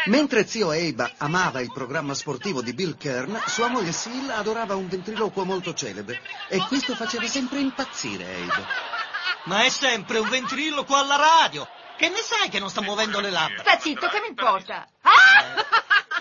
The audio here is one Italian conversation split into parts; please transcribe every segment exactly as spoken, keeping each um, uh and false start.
Mentre zio Abe amava il programma sportivo di Bill Kern, sua moglie Sil adorava un ventriloquo molto celebre e questo faceva sempre impazzire Abe. Ma è sempre un ventriloquo alla radio! Che ne sai che non sta muovendo le labbra? Sta zitto, che mi importa? Ah!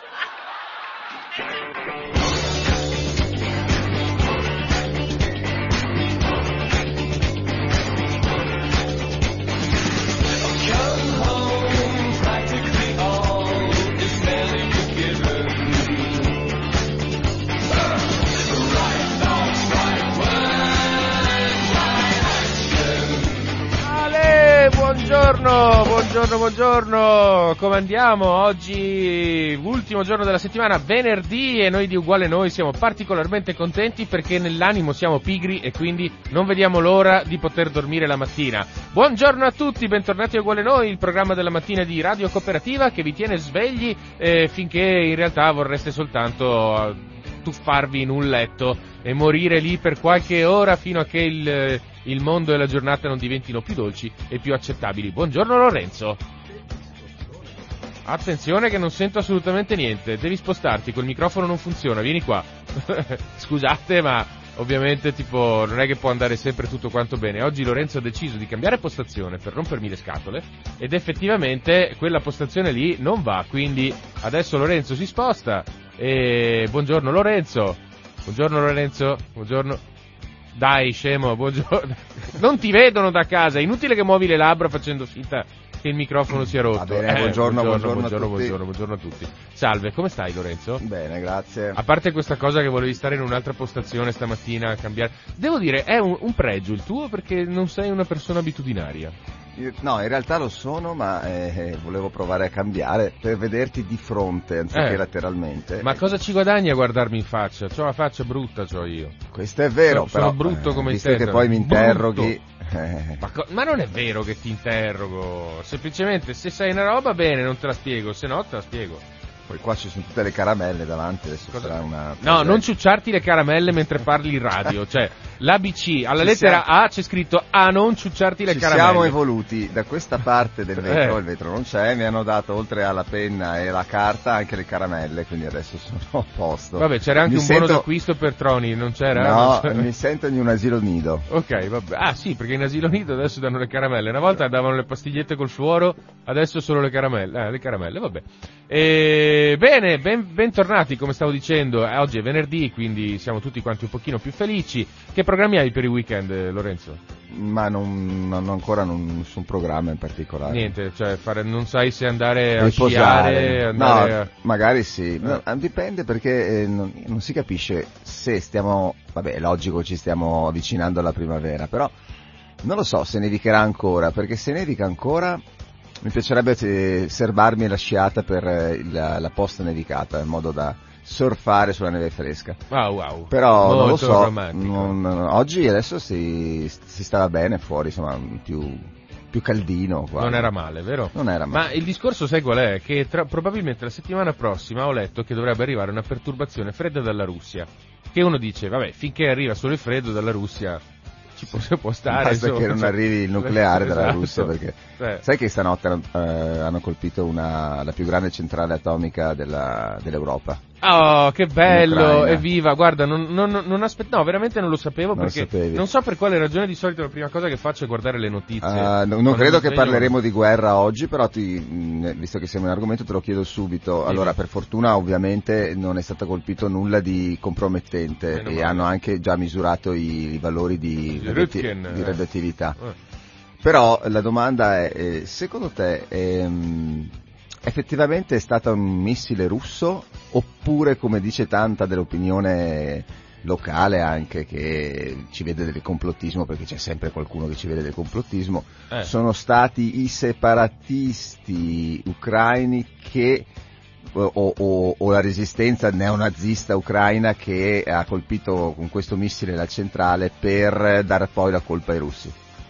Buongiorno, buongiorno, buongiorno, come andiamo? Oggi, ultimo giorno della settimana, venerdì, e noi di Uguale Noi siamo particolarmente contenti perché nell'animo siamo pigri e quindi non vediamo l'ora di poter dormire la mattina. Buongiorno a tutti, bentornati a Uguale Noi, il programma della mattina di Radio Cooperativa che vi tiene svegli eh, finché in realtà vorreste soltanto tuffarvi in un letto e morire lì per qualche ora fino a che il... il mondo e la giornata non diventino più dolci e più accettabili. Buongiorno Lorenzo. Attenzione che non sento assolutamente niente, devi spostarti, quel microfono non funziona, vieni qua. Scusate, ma ovviamente tipo non è che può andare sempre tutto quanto bene. Oggi Lorenzo ha deciso di cambiare postazione per rompermi le scatole ed effettivamente quella postazione lì non va, quindi adesso Lorenzo si sposta e buongiorno Lorenzo. Buongiorno Lorenzo, buongiorno. Dai, scemo, buongiorno. Non ti vedono da casa, è inutile che muovi le labbra facendo finta che il microfono sia rotto. Va bene, eh, buongiorno, buongiorno, buongiorno, buongiorno, buongiorno, buongiorno a tutti. Salve, come stai Lorenzo? Bene, grazie. A parte questa cosa che volevi stare in un'altra postazione stamattina a cambiare, devo dire, è un, un pregio il tuo perché non sei una persona abitudinaria. Io, no, in realtà lo sono, ma eh, volevo provare a cambiare per vederti di fronte anziché Eh. lateralmente. Ma cosa ci guadagni a guardarmi in faccia? C'ho la faccia brutta, c'ho io. Questo è vero, Sono- però sono brutto come visto te, che no? poi mi interroghi. Brutto. eh, Ma, co- ma non è vero che ti interrogo, semplicemente se sai una roba bene non te la spiego, se no te la spiego. Poi qua ci sono tutte le caramelle davanti, adesso Cosa- sarà una... No, non ciucciarti le caramelle mentre parli in radio, cioè l'A B C, alla Ci lettera siamo- A c'è scritto a non ciucciarti le Ci caramelle. siamo evoluti da questa parte del vetro, Eh. il vetro non c'è, mi hanno dato oltre alla penna e la carta anche le caramelle, quindi adesso sono a posto. Vabbè, c'era anche Mi un buono sento- d'acquisto per Troni, non c'era? No, Non c'era? mi sento in un asilo nido. Ok, vabbè. Ah sì, perché in asilo nido adesso danno le caramelle. Una volta davano le pastigliette col suoro, adesso solo le caramelle. Eh, le caramelle, vabbè. E... Bene, ben, bentornati, come stavo dicendo. Eh, oggi è venerdì, quindi siamo tutti quanti un pochino più felici. Che programmi hai per il weekend, eh, Lorenzo? Ma non, non ho ancora non- nessun programma in particolare. Niente, cioè fare, non sai se andare a Riposare. sciare, andare No, a... magari sì. No. No, dipende perché eh, non, non si capisce se stiamo, vabbè, è logico, ci stiamo avvicinando alla primavera, però non lo so se nevicherà ancora, perché se nevica ancora mi piacerebbe eh, serbarmi la sciata per eh, la, la post nevicata, in modo da surfare sulla neve fresca. Wow, wow. Però non lo Molto so, romantico. non- oggi adesso si, si stava bene fuori, insomma, più, più caldino qua. Non era male, vero? Non era male. Ma il discorso sai qual è? Che tra- probabilmente la settimana prossima ho letto che dovrebbe arrivare una perturbazione fredda dalla Russia. Che uno dice, vabbè, finché arriva solo il freddo dalla Russia ci può, può stare. Basta insomma, che non cioè- arrivi il nucleare dalla Esatto. Russia, perché Cioè, sai che stanotte hanno, eh, hanno colpito una, la più grande centrale atomica della, dell'Europa. Oh, che bello, Ucraina. evviva, guarda, non, non, non aspe- no, veramente non lo sapevo Non lo perché sapevi. non so per quale ragione di solito la prima cosa che faccio è guardare le notizie. Ah, no- non Quando credo mi che sveglio- parleremo di guerra oggi, però ti, mh, visto che siamo in argomento te lo chiedo subito. Sì, Allora, sì. per fortuna ovviamente non è stato colpito nulla di compromettente Meno e male. hanno anche già misurato i, i valori di, Di radioatti- Röntgen, di eh. radioattività. Eh. Però la domanda è, eh, secondo te ehm, effettivamente è stato un missile russo oppure, come dice tanta dell'opinione locale anche, che ci vede del complottismo, perché c'è sempre qualcuno che ci vede del complottismo, Eh. sono stati i separatisti ucraini che o, o, o la resistenza neonazista ucraina che ha colpito con questo missile la centrale per dare poi la colpa ai russi?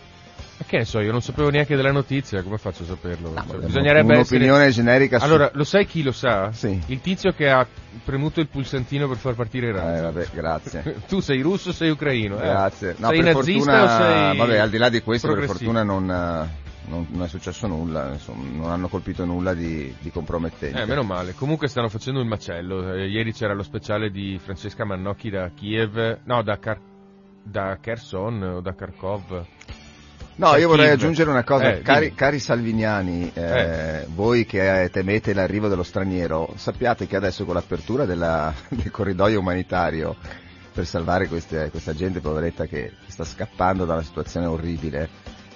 Ma che ne so, io non sapevo neanche della notizia, come faccio a saperlo? No, Cioè, vabbè, bisognerebbe un'opinione essere... generica su... Allora, lo sai chi lo sa? Sì. Il tizio che ha premuto il pulsantino per far partire il Eh, razzo. vabbè, grazie. Tu sei russo o sei ucraino? eh? Grazie. No, sei per nazista fortuna, o sei vabbè, al di là di questo, per progressista? fortuna non, non, non è successo nulla, insomma, non hanno colpito nulla di, di compromettente. Eh, meno male. Comunque stanno facendo il macello. Eh, ieri c'era lo speciale di Francesca Mannocchi da Kiev, no, da, Kar- da Kherson o da Kharkov. No, Cioè, io vorrei Kiev. aggiungere una cosa, Eh, cari, dimmi. cari salviniani, eh, Eh. voi che temete l'arrivo dello straniero, sappiate che adesso con l'apertura della, del corridoio umanitario per salvare queste, questa gente poveretta che sta scappando da una situazione orribile,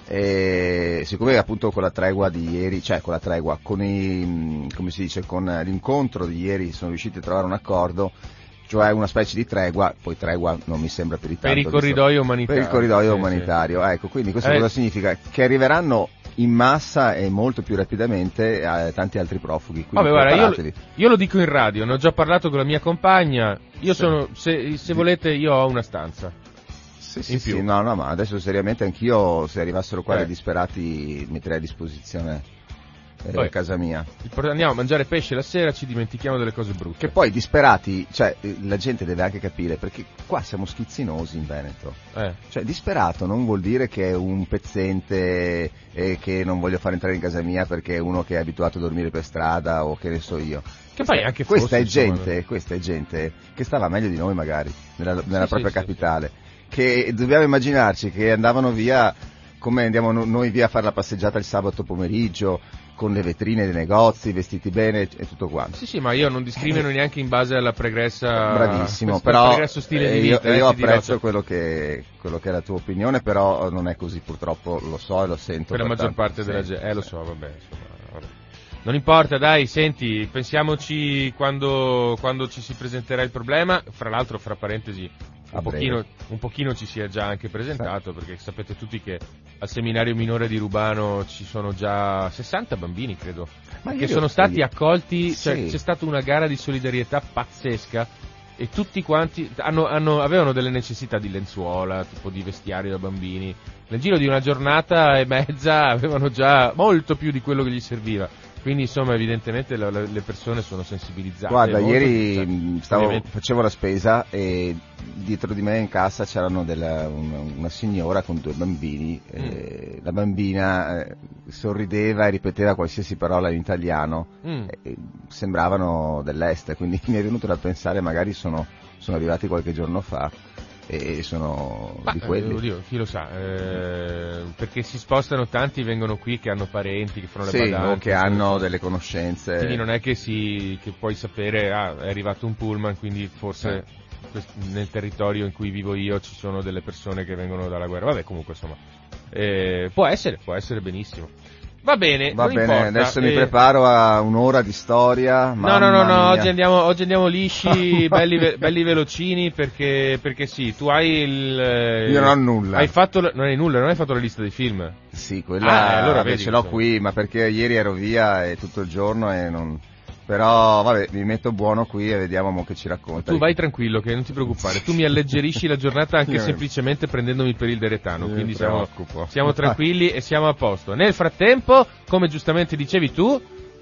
e siccome appunto con la tregua di ieri, cioè con la tregua, con i, come si dice, con l'incontro di ieri sono riusciti a trovare un accordo, cioè una specie di tregua, poi tregua non mi sembra più di tanto. Per il corridoio umanitario. Per il corridoio Sì, umanitario, sì. ecco, quindi questo Eh. cosa significa? Che arriveranno in massa e molto più rapidamente a tanti altri profughi, quindi Vabbè, guarda, io, preparatevi. io lo dico in radio, ne ho già parlato con la mia compagna, io Sì. sono, se, se volete, io ho una stanza. Sì, sì, in sì, più. no, no, ma adesso seriamente anch'io, se arrivassero qua Eh. dei disperati, metterei a disposizione eh, Poi. casa mia. Andiamo a mangiare pesce la sera, ci dimentichiamo delle cose brutte. Che poi disperati, cioè eh, la gente deve anche capire, perché qua siamo schizzinosi in Veneto. Eh. Cioè disperato non vuol dire che è un pezzente e che non voglio fare entrare in casa mia perché è uno che è abituato a dormire per strada o che ne so io. Che poi anche questa fosse, è insomma, gente, questa è gente che stava meglio di noi magari, nella, nella Sì, propria sì, sì, capitale, che dobbiamo immaginarci che andavano via come andiamo no- noi via a fare la passeggiata il sabato pomeriggio, con le vetrine dei negozi, vestiti bene e tutto quanto. Sì, sì, ma io non discrimino neanche in base alla pregressa... Bravissimo, questo però pregresso stile eh, di vita. io, eh, io ti dirò, apprezzo cioè, quello che, quello che è la tua opinione, però non è così purtroppo, lo so e lo sento. per la maggior tanto- parte della sì, gente. Eh, lo sì. so, vabbè, insomma, vabbè. Non importa, dai, senti, pensiamoci quando, quando ci si presenterà il problema. Fra l'altro, fra parentesi, A un breve. pochino, un pochino ci si è già anche presentato, perché sapete tutti che al seminario minore di Rubano ci sono già sessanta bambini, credo, Ma che ieri sono ho- stati accolti, Sì. cioè c'è stata una gara di solidarietà pazzesca e tutti quanti hanno, hanno- avevano delle necessità di lenzuola, tipo di vestiario da bambini. Nel giro di una giornata e mezza avevano già molto più di quello che gli serviva. Quindi insomma evidentemente la- la- le persone sono sensibilizzate. Guarda, molto, ieri cioè, mh, stavo, ovviamente. facevo la spesa e dietro di me in cassa c'erano della, una, una signora con due bambini, Mm. e la bambina eh, sorrideva e ripeteva qualsiasi parola in italiano, Mm. e sembravano dell'est, quindi mi è venuto da pensare magari sono, sono arrivati qualche giorno fa e sono Ma, di eh, quelli. oddio, chi lo sa, eh, perché si spostano tanti, vengono qui che hanno parenti, che fanno le Sì, badanti. o che insomma. hanno delle conoscenze. Quindi non è che, si, che puoi sapere, ah, è arrivato un pullman, quindi forse quest- nel territorio in cui vivo io ci sono delle persone che vengono dalla guerra. Vabbè, comunque insomma, eh, può essere, può essere benissimo. Va bene, Va non bene, importa, adesso mi eh, preparo a un'ora di storia. No, no, no, mamma no, mia. oggi andiamo, oggi andiamo lisci, belli, ve- belli velocini, perché, perché sì, tu hai il... eh, Io non ho nulla. Hai fatto, la- non hai nulla, non hai fatto la lista dei film. Sì, quella Ah, eh, allora vabbè, vedi, ce l'ho insomma. qui, ma perché ieri ero via e tutto il giorno e non... Però vabbè, mi metto buono qui e vediamo mo che ci racconta. Tu vai tranquillo, che non ti preoccupare, tu mi alleggerisci la giornata anche Io- semplicemente prendendomi per il deretano, Io quindi mi siamo, preoccupo. siamo tranquilli e siamo a posto. Nel frattempo, come giustamente dicevi tu...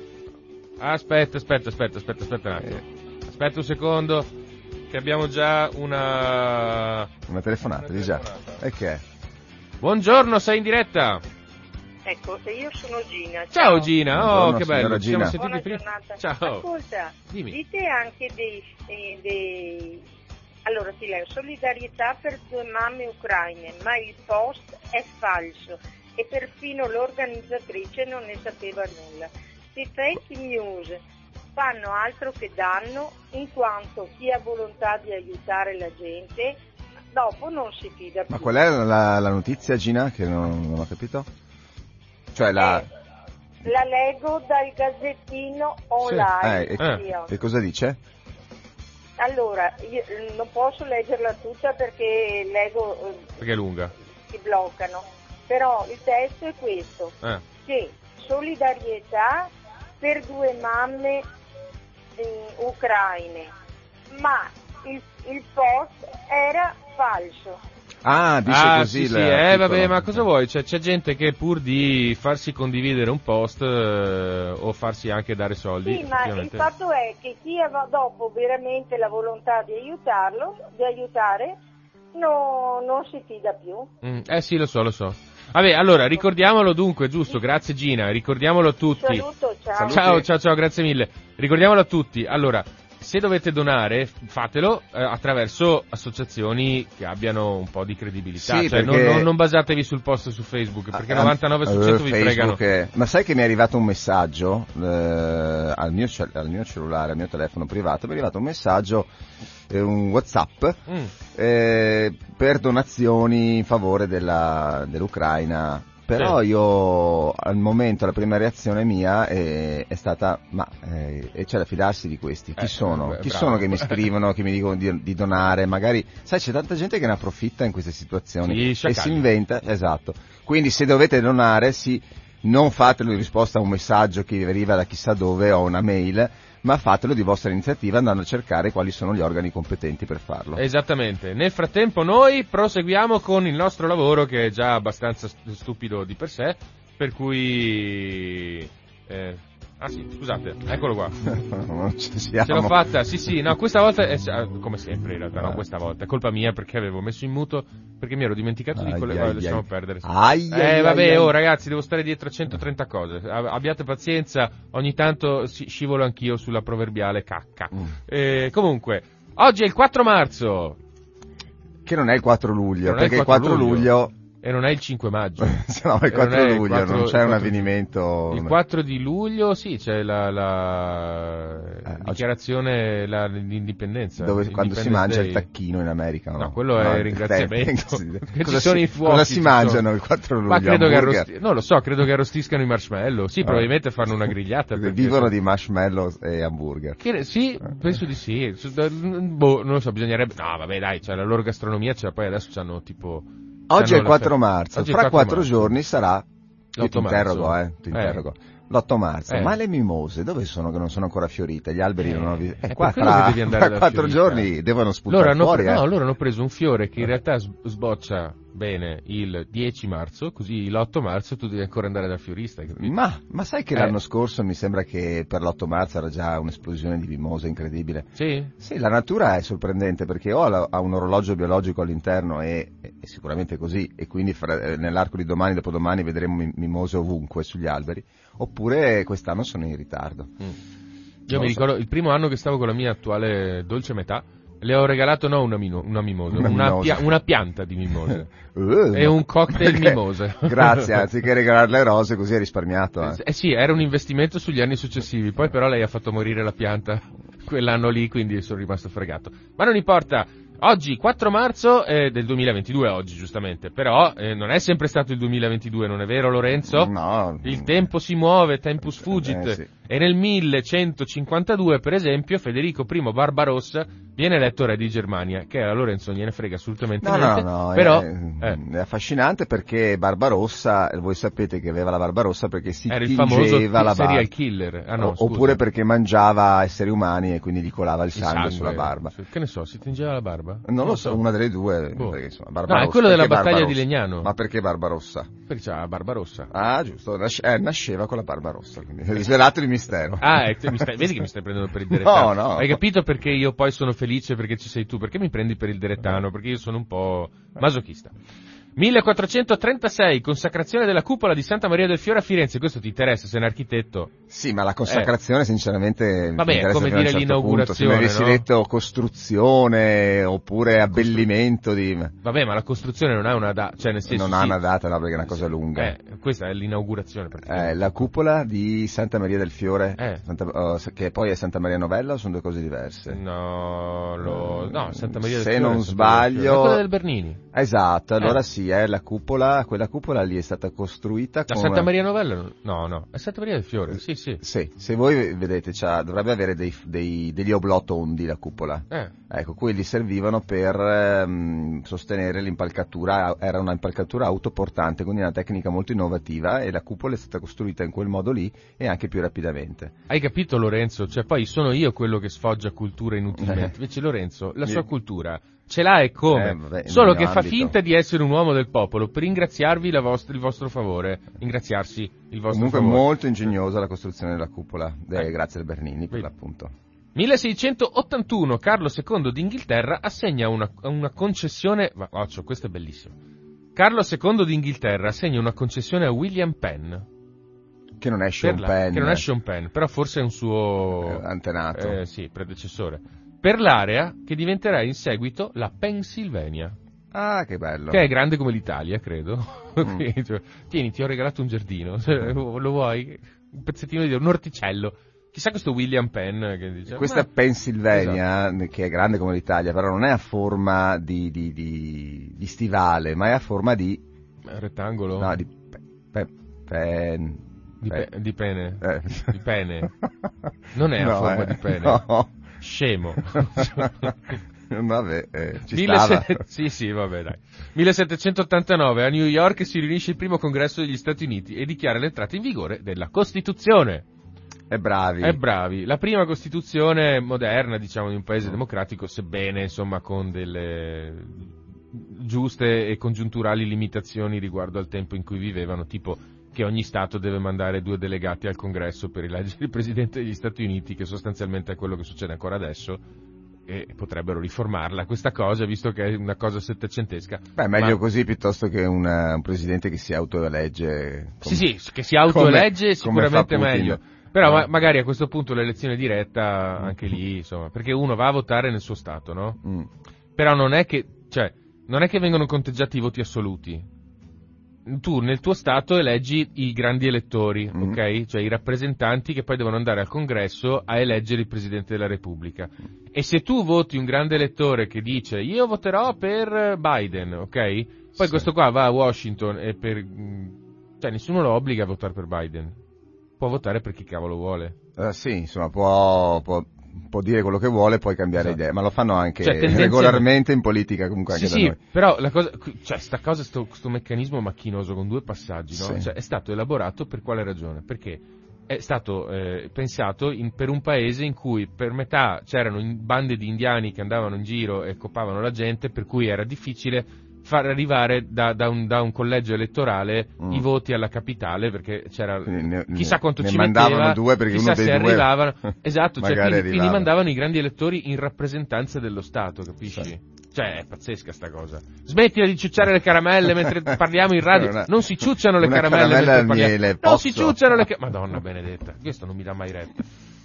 Aspetta, aspetta, aspetta, aspetta, aspetta un attimo. Aspetta un secondo, che abbiamo già una... Una telefonata, di già. E che è? Buongiorno, sei in diretta. Ecco, e io sono Gina. Ciao Gina, oh Buongiorno, che bello, signora ci siamo Gina. sentiti Buona prima. giornata. Ciao. Ascolta, Dimmi. dite anche dei, eh, dei... Allora ti leggo, solidarietà per due mamme ucraine, ma il post è falso e perfino l'organizzatrice non ne sapeva nulla. Questi fake news fanno altro che danno, in quanto chi ha volontà di aiutare la gente dopo non si fida più. Ma qual è la, la notizia, Gina, che non, non ho capito? Cioè la... Eh, la leggo dal Gazzettino online. Eh, e, Eh. Io. e cosa dice? Allora, io non posso leggerla tutta perché leggo, eh, Perché è lunga. si bloccano, però il testo è questo, Eh. che solidarietà per due mamme eh, ucraine, ma il, il post era falso. Ah, dice Ah, così sì, sì, l'articolo. eh, vabbè, ma cosa vuoi? Cioè, c'è gente che pur di farsi condividere un post eh, o farsi anche dare soldi, Sì, ma il effettivamente- fatto è che chi aveva dopo veramente la volontà di aiutarlo, di aiutare, no, non si fida più. Mm, eh sì, lo so, lo so. Vabbè, allora, ricordiamolo dunque, giusto, grazie Gina, ricordiamolo a tutti. Saluto, ciao. Ciao, ciao, ciao, grazie mille. Ricordiamolo a tutti. Allora, se dovete donare, fatelo eh, attraverso associazioni che abbiano un po' di credibilità. Sì, cioè, perché... non, non, non basatevi sul post su Facebook, perché Ah, novantanove su cento vi Facebook fregano. è... Ma sai che mi è arrivato un messaggio eh, al, mio, al mio cellulare, al mio telefono privato, mi è arrivato un messaggio, eh, un WhatsApp, Mm. eh, per donazioni in favore della, dell'Ucraina. Però Sì. io al momento la prima reazione mia è, è stata ma eh, e c'è da fidarsi di questi, chi Eh, sono? beh, chi bravo. sono che mi scrivono, che mi dicono di, di donare, magari sai c'è tanta gente che ne approfitta in queste situazioni Sì, e sciacalli. si inventa, esatto. Quindi se dovete donare, sì, non fatelo in risposta a un messaggio che vi arriva da chissà dove o una mail, ma fatelo di vostra iniziativa andando a cercare quali sono gli organi competenti per farlo. Esattamente. Nel frattempo noi proseguiamo con il nostro lavoro che è già abbastanza stupido di per sé, per cui... Eh, ah sì, scusate, eccolo qua. Non ci siamo. Ce l'ho fatta, sì sì, no, questa volta è come sempre in realtà, no, questa volta è colpa mia perché avevo messo in muto, perché mi ero dimenticato di Ai, collegare, ai, lasciamo ai. perdere. Ai, eh ai, vabbè, ai, oh ai. ragazzi, devo stare dietro a centotrenta cose, abbiate pazienza, ogni tanto si- scivolo anch'io sulla proverbiale cacca. Mm. Eh, comunque, oggi è il quattro marzo Che non è il quattro Che luglio, non è il perché il quattro quattro luglio, e non è il cinque maggio. se no il E non quattro è il luglio quattro- non c'è il un quattro- avvenimento. Il quattro di luglio, sì, c'è la, la Eh, dichiarazione la, l'indipendenza. Dove, quando si Independence mangia Day. il tacchino in America, no? No, quello è il ringraziamento. thanks. Che Cosa ci sono si, i fuochi, cosa ci si sono. mangiano il quattro luglio? Ma credo che Hamburger? arrosti- non lo so, credo che arrostiscano i marshmallow. Sì, Ah. probabilmente fanno una grigliata. perché- Vivono di marshmallow e hamburger. Che- sì, penso di sì. Su- da- Boh, non lo so, bisognerebbe. No, vabbè, dai, cioè, la loro gastronomia, cioè, poi adesso hanno tipo. Oggi è hanno il la quattro fe- marzo, Oggi è il fra quattro quattro marzo. giorni sarà... Io ti l'otto interrogo, marzo. eh, ti Eh. interrogo. L'otto marzo, Eh. ma le mimose dove sono che non sono ancora fiorite? Gli alberi Eh, non hanno visto. è Eh, per qua quello fra, che devi andare fra alla quattro fiorita. giorni devono spuntare Loro hanno, fuori, pre- eh. no, loro hanno preso un fiore che in realtà s- sboccia bene il dieci marzo, così l'otto marzo tu devi ancora andare dal fiorista, hai capito? Ma, ma sai che Eh. l'anno scorso mi sembra che per l'otto marzo era già un'esplosione di mimose incredibile. Sì? Sì, la natura è sorprendente perché o ha, la- ha un orologio biologico all'interno e è sicuramente così, e quindi fra- eh, nell'arco di domani, dopodomani vedremo mi- mimose ovunque sugli alberi, oppure quest'anno sono in ritardo. Mm. Non Io lo mi so. ricordo il primo anno che stavo con la mia attuale dolce metà, le ho regalato no una, mino- una mimosa, Una una, mimosa. pia- una pianta di mimose. Uh, E ma- un cocktail perché- mimose. Grazie, anziché regalare le rose così hai risparmiato. Eh. Eh sì, era un investimento sugli anni successivi, poi però lei ha fatto morire la pianta quell'anno lì, quindi sono rimasto fregato. Ma non importa, oggi quattro marzo eh, del duemilaventidue, oggi giustamente, però eh, non è sempre stato il duemilaventidue, non è vero Lorenzo? No. Il tempo si muove, tempus fugit, Eh, sì. e nel millecentocinquantadue, per esempio, Federico I Barbarossa viene eletto re di Germania, che a Lorenzo non gliene frega assolutamente No, no, niente, no, però è, eh, è affascinante perché Barbarossa, voi sapete che aveva la Barbarossa perché si era il famoso tingeva la barba. serial killer. Ah, no, O- scusa. oppure perché mangiava esseri umani e quindi gli colava il Il sangue, sulla barba. Che ne so, si tingeva la barba? Non lo so, una delle due, Boh. perché insomma, No, Barbarossa. è quello della perché battaglia Barbarossa? di Legnano. Ma perché Barbarossa? Perché c'ha la barba rossa. Ah, giusto, nasce- eh, nasceva con la barba rossa, quindi svelato il mistero. Ah, e te mi stai- vedi che mi stai prendendo per il direttano. No, no. Hai capito perché io poi sono felice perché ci sei tu? Perché mi prendi per il direttano? Perché io sono un po' masochista. millequattrocentotrentasei, consacrazione della cupola di Santa Maria del Fiore a Firenze. Questo ti interessa, sei un architetto? Sì, ma la consacrazione sinceramente mi Vabbè, è interessa come fino a un dire certo punto. Se mi l'inaugurazione, avessi no? detto costruzione oppure abbellimento di... Vabbè, ma la costruzione non ha una data, cioè nel senso non ha sì. una data, no, perché è una cosa lunga. Eh, questa è l'inaugurazione praticamente. Eh, la cupola di Santa Maria del Fiore, Eh. Santa- oh, che poi è Santa Maria Novella, o sono due cose diverse? No, lo... no, Santa Maria del Se Fiore. non è Santa Maria del Fiore. sbaglio- È quella del Bernini. Esatto, allora Eh. sì, è la cupola, quella cupola lì è stata costruita La con... Santa Maria Novella? No, no, è Santa Maria del Fiore, sì, sì. Sì, se voi vedete, c'ha- dovrebbe avere dei, dei- degli oblò tondi la cupola. Eh, Ecco, quelli servivano per ehm, sostenere l'impalcatura, era una impalcatura autoportante, quindi una tecnica molto innovativa e la cupola è stata costruita in quel modo lì e anche più rapidamente. hai capito Lorenzo? Cioè poi sono io quello che sfoggia cultura inutilmente, Eh. invece Lorenzo la sua Io- cultura ce l'ha e come, Eh, vabbè, nel solo mio che fa ambito. finta di essere un uomo del popolo per ringraziarvi la vostra- il vostro favore, ringraziarsi il vostro Comunque favore. molto ingegnosa la costruzione della cupola, eh, Eh. grazie al Bernini per Vedi. l'appunto. milleseicentottantuno Carlo secondo d'Inghilterra assegna una, una concessione, va, occhio, questo è bellissimo, Carlo secondo d'Inghilterra assegna una concessione a William Penn. Che non è Sean la, Penn. Che non è Sean Penn, però forse è un suo... Eh, antenato. Eh, sì, predecessore. Per l'area che diventerà in seguito la Pennsylvania. Ah, che bello. Che è grande come l'Italia, credo. Mm. Cioè, tieni, ti ho regalato un giardino, lo vuoi? Un pezzettino di un orticello. Chissà questo William Penn che dice... Questa ma... Pennsylvania, esatto. che è grande come l'Italia, però non è a forma di, di, di, di stivale, ma è a forma di... Rettangolo? No, di... Pe, pe, di, pe, di pene. Eh. Di pene. Non è no, a forma eh. di pene. No. Scemo. Vabbè, eh, ci millesettecento stava. Sì, sì, vabbè, dai. millesettecentottantanove a New York si riunisce il primo congresso degli Stati Uniti e dichiara l'entrata in vigore della Costituzione. E bravi. E bravi. La prima Costituzione moderna, diciamo, di un paese democratico, sebbene, insomma, con delle giuste e congiunturali limitazioni riguardo al tempo in cui vivevano, tipo che ogni Stato deve mandare due delegati al Congresso per eleggere il Presidente degli Stati Uniti, che sostanzialmente è quello che succede ancora adesso, e potrebbero riformarla questa cosa, visto che è una cosa settecentesca. Beh, meglio Ma... così piuttosto che una, un Presidente che si autoelegge. Come... Sì, sì, che si autoelegge è sicuramente come meglio. Però no. ma- magari a questo punto l'elezione diretta, anche lì, insomma, perché uno va a votare nel suo Stato, no? Mm. Però non è che, cioè, non è che vengono conteggiati i voti assoluti. Tu nel tuo Stato eleggi i grandi elettori, Mm. ok? Cioè i rappresentanti che poi devono andare al Congresso a eleggere il Presidente della Repubblica. E se tu voti un grande elettore che dice io voterò per Biden, ok? Poi Sì. questo qua va a Washington e per... cioè nessuno lo obbliga a votare per Biden. Può votare per chi cavolo vuole. Uh, sì, insomma, può, può, può dire quello che vuole, poi cambiare Esatto. idea, ma lo fanno anche Cioè, tendenzialmente... regolarmente in politica, comunque anche sì, da sì, noi. però la cosa, cioè sta cosa, sto, sto meccanismo macchinoso con due passaggi, no? Sì. Cioè, è stato elaborato per quale ragione? Perché è stato eh, pensato in, per un paese in cui per metà c'erano in, bande di indiani che andavano in giro e coppavano la gente, per cui era difficile far arrivare da, da, un, da un collegio elettorale mm. i voti alla capitale, perché c'era ne, chissà quanto ne ci mandavano metteva, due perché chissà uno dei se due arrivavano, esatto, cioè, quindi, arrivava. quindi mandavano i grandi elettori in rappresentanza dello Stato, capisci? Sì. Cioè, è pazzesca sta cosa. Smettila di ciucciare le caramelle mentre parliamo in radio. Una, non si ciucciano le una caramelle caramella mentre al parliamo. miele, non posso? si ciucciano le caramelle. Madonna benedetta, questo non mi dà mai retta.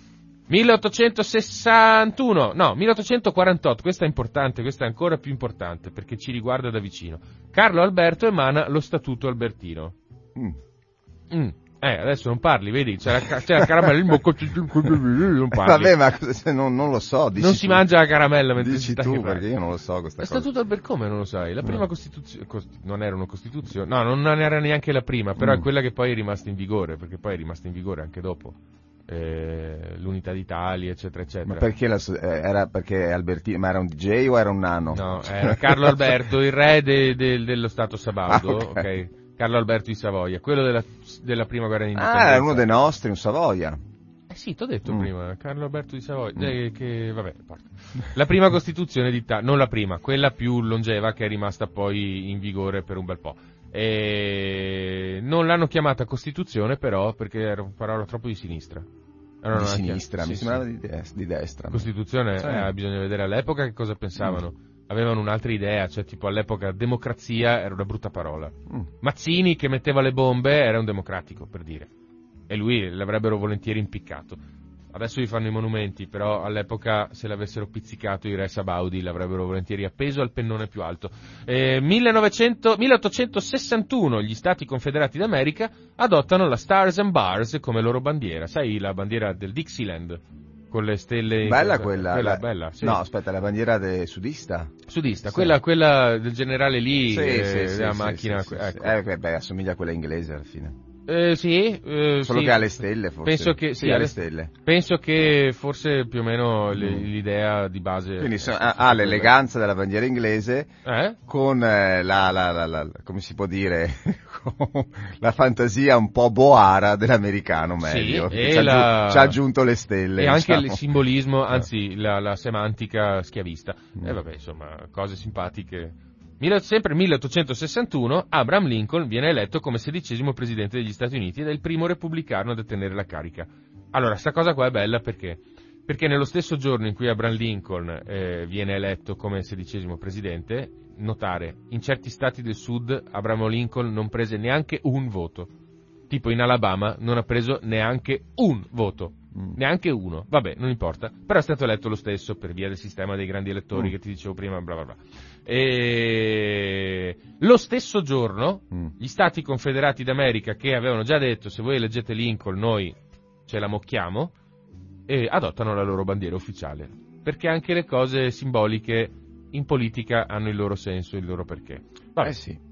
milleottocentosessantuno, no, milleottocentoquarantotto, questa è importante, questa è ancora più importante perché ci riguarda da vicino. Carlo Alberto emana lo Statuto Albertino. Mm. Mm. Eh, adesso non parli, vedi, c'è la, c'è la caramella in bocca, non parli. Vabbè, ma se non, non lo so, dici non si tu. mangia la caramella mentre dici si sta tu, che perché io non lo so questa Lo cosa. Statuto Albertino, come non lo sai? La prima No. Costituzione, cost- non era una Costituzione, no, non era neanche la prima, però Mm. è quella che poi è rimasta in vigore, perché poi è rimasta in vigore anche dopo. Eh, l'unità d'Italia, eccetera, eccetera. Ma perché la, eh, era perché Albertino, ma era un D J o era un nano? No, era Carlo Alberto, il re de, de, dello Stato sabaudo, Ah, ok. ok? Carlo Alberto di Savoia, quello della, della prima guerra d'indipendenza. Ah, era uno dei nostri, un Savoia. Eh sì, t'ho detto Mm. prima, Carlo Alberto di Savoia, Mm. eh, che vabbè, porca. La prima Costituzione d'Italia, non la prima, quella più longeva che è rimasta poi in vigore per un bel po'. E non l'hanno chiamata Costituzione però perché era una parola troppo di sinistra. Allora, di non la sinistra, chiam- mi sì, sembrava sì. Di, des- di destra. Costituzione, Sì. eh, bisogna vedere all'epoca che cosa pensavano. Avevano un'altra idea, cioè tipo all'epoca democrazia era una brutta parola. Mm. Mazzini che metteva le bombe era un democratico, per dire. E lui l'avrebbero volentieri impiccato. Adesso gli fanno i monumenti, però all'epoca se l'avessero pizzicato i re sabaudi l'avrebbero volentieri appeso al pennone più alto. Eh, millenovecento, milleottocentosessantuno gli Stati Confederati d'America adottano la Stars and Bars come loro bandiera. Sai la bandiera del Dixieland? Con le stelle... Bella quella. Quella la- bella, sì. No, aspetta, la bandiera de- sudista. Sudista, Sì. quella, quella del generale Lee, Sì, eh, sì, sì, la sì, macchina... sì, sì, sì. ecco. Eh, beh, beh, assomiglia a quella inglese alla fine. Eh, sì, eh, Solo sì. che ha le stelle, forse. Penso che sì, sì, ha alle- le stelle. Penso che forse più o meno le- Mm. l'idea di base... Quindi so- eh, ha, sia ha quella. l'eleganza della bandiera inglese Eh? con eh, la, la, la, la, come si può dire, con la fantasia un po' boara dell'americano meglio. Sì, che e ci ha, la- aggiu- ci ha aggiunto le stelle. E anche diciamo. il simbolismo, anzi la, la semantica schiavista. Mm. E vabbè, insomma, cose simpatiche. Mille- sempre milleottocentosessantuno, Abraham Lincoln viene eletto come sedicesimo presidente degli Stati Uniti ed è il primo repubblicano a detenere la carica. Allora, sta cosa qua è bella perché perché nello stesso giorno in cui Abraham Lincoln eh, viene eletto come sedicesimo presidente, notare, in certi stati del sud Abraham Lincoln non prese neanche un voto, tipo in Alabama non ha preso neanche un voto, mm. neanche uno, vabbè, non importa, però è stato eletto lo stesso per via del sistema dei grandi elettori mm. che ti dicevo prima, bla bla bla. E lo stesso giorno mm. gli Stati Confederati d'America, che avevano già detto se voi eleggete Lincoln noi ce la mocchiamo, e adottano la loro bandiera ufficiale, perché anche le cose simboliche in politica hanno il loro senso, il loro perché. Vabbè. Eh sì.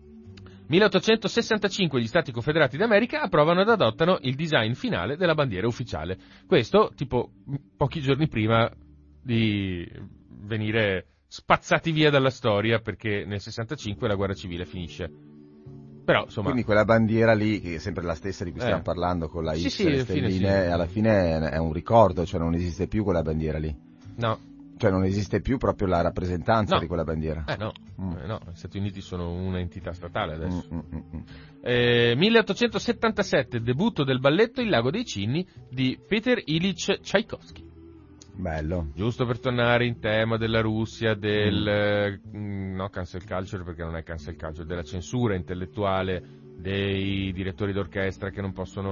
milleottocentosessantacinque gli Stati Confederati d'America approvano ed adottano il design finale della bandiera ufficiale. Questo tipo pochi giorni prima di venire spazzati via dalla storia, perché nel sessantacinque la guerra civile finisce. Però, insomma, quindi quella bandiera lì, che è sempre la stessa di cui stiamo eh. parlando, con la X sì, e sì, le stelline, fine, sì. alla fine è un ricordo, cioè non esiste più quella bandiera lì. No. Cioè non esiste più proprio la rappresentanza no. di quella bandiera. Eh no. Mm. Eh no, gli Stati Uniti sono un'entità statale adesso. Mm, mm, mm. Eh, milleottocentosettantasette, debutto del balletto Il lago dei cigni di Peter Ilyich Tchaikovsky. Bello. Giusto per tornare in tema della Russia, del mm. no cancel culture, perché non è cancel culture, della censura intellettuale dei direttori d'orchestra che non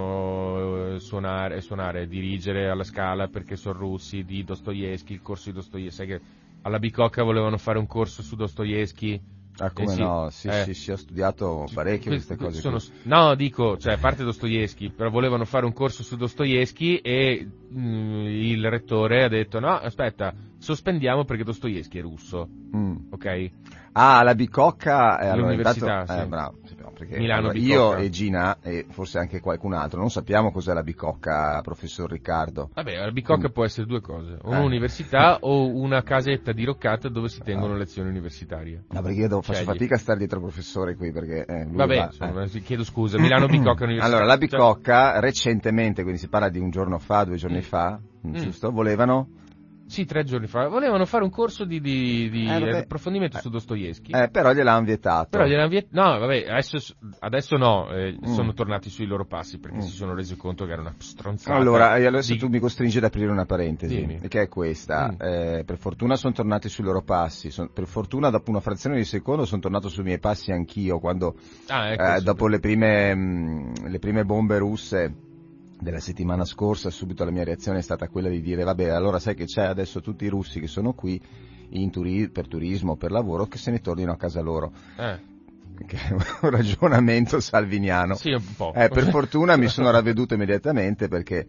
possono suonare, suonare, dirigere alla Scala perché sono russi, di Dostoevsky, il corso di Dostoevsky. Sai che alla Bicocca volevano fare un corso su Dostoevsky? Ah, come eh sì, no, sì, eh, sì, sì, ho studiato parecchio queste cose sono, qui. No, dico, cioè, a parte Dostoevsky, però volevano fare un corso su Dostoevsky e mh, il rettore ha detto, no, aspetta, sospendiamo perché Dostoevsky è russo, Mm. ok? Ah, la Bicocca, eh, allora, L'università, intanto, sì. eh, bravo, no, perché Milano allora, Bicocca. io e Gina e forse anche qualcun altro non sappiamo cos'è la Bicocca, professor Riccardo. Vabbè, la Bicocca Mm. può essere due cose, o Eh. un'università o una casetta diroccata dove si tengono Ah. lezioni universitarie. No, perché io devo, faccio Scegli. fatica a stare dietro al professore qui, perché eh, lui Vabbè, va, insomma, eh. chiedo scusa, Milano Bicocca Università. Allora, la Cioè- Bicocca recentemente, quindi si parla di un giorno fa, due giorni Mm. fa, Mm. giusto? Volevano Sì, tre giorni fa. Volevano fare un corso di, di, di Eh, vabbè. approfondimento Eh. su Dostoevsky. Eh, però gliel'hanno vietato. Però gliel'hanno viet- No, vabbè, adesso, adesso no, eh, Mm. sono tornati sui loro passi perché Mm. si sono resi conto che era una stronzata. Allora, e adesso di- tu mi costringi ad aprire una parentesi, Dimmi. che è questa. Mm. Eh, per fortuna sono tornati sui loro passi, son- per fortuna dopo una frazione di secondo sono tornato sui miei passi anch'io, quando Ah, ecco, eh, sì. dopo le prime, mh, le prime bombe russe della settimana scorsa, subito la mia reazione è stata quella di dire, vabbè, allora sai che c'è adesso tutti i russi che sono qui in turi- per turismo, per lavoro, che se ne tornino a casa loro. Eh, Che è un ragionamento salviniano. sì, un po'. Eh, per fortuna mi sono ravveduto immediatamente perché,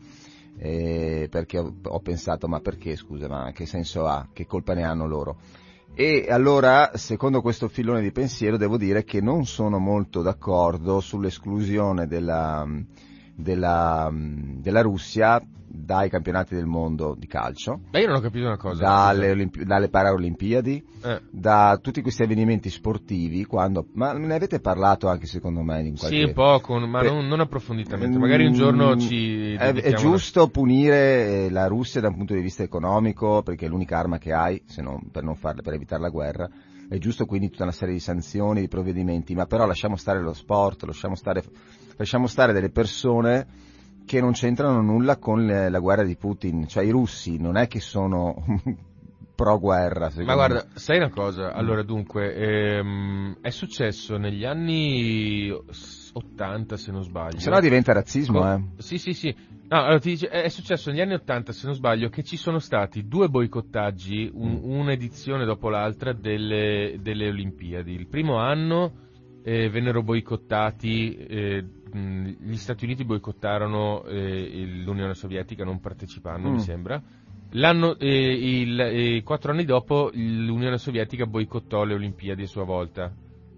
eh, perché ho, ho pensato, ma perché, scusa, ma che senso ha? Che colpa ne hanno loro? E allora, secondo questo filone di pensiero, devo dire che non sono molto d'accordo sull'esclusione della, della, della Russia dai campionati del mondo di calcio, Beh, io non ho capito una cosa. dalle, Olimpi- dalle Paralimpiadi, Eh. da tutti questi avvenimenti sportivi, quando, ma ne avete parlato anche secondo me in qualche... Sì, un po', con, ma Per- non, non approfonditamente. Magari un giorno Mm, ci è, è dedichiamo giusto punire eh, la Russia da un punto di vista economico, perché è l'unica arma che hai, se non, per, non farle, per evitare la guerra. È giusto quindi tutta una serie di sanzioni, di provvedimenti, ma però lasciamo stare lo sport, lasciamo stare, lasciamo stare delle persone che non c'entrano nulla con le- la guerra di Putin. Cioè i russi non è che sono pro guerra, secondo Ma guarda, me. sai una cosa? Allora, dunque, ehm, è successo negli anni ottanta, se non sbaglio. Se no diventa razzismo, Co- eh. Sì, sì, sì. No, allora ti dice, è successo negli anni ottanta, se non sbaglio, che ci sono stati due boicottaggi, un- Mm. un'edizione dopo l'altra delle, delle Olimpiadi. Il primo anno eh, vennero boicottati, eh, mh, gli Stati Uniti boicottarono eh, il- l'Unione Sovietica non partecipando, Mm. mi sembra. L'anno, eh, il, eh, quattro anni dopo l'Unione Sovietica boicottò le Olimpiadi a sua volta.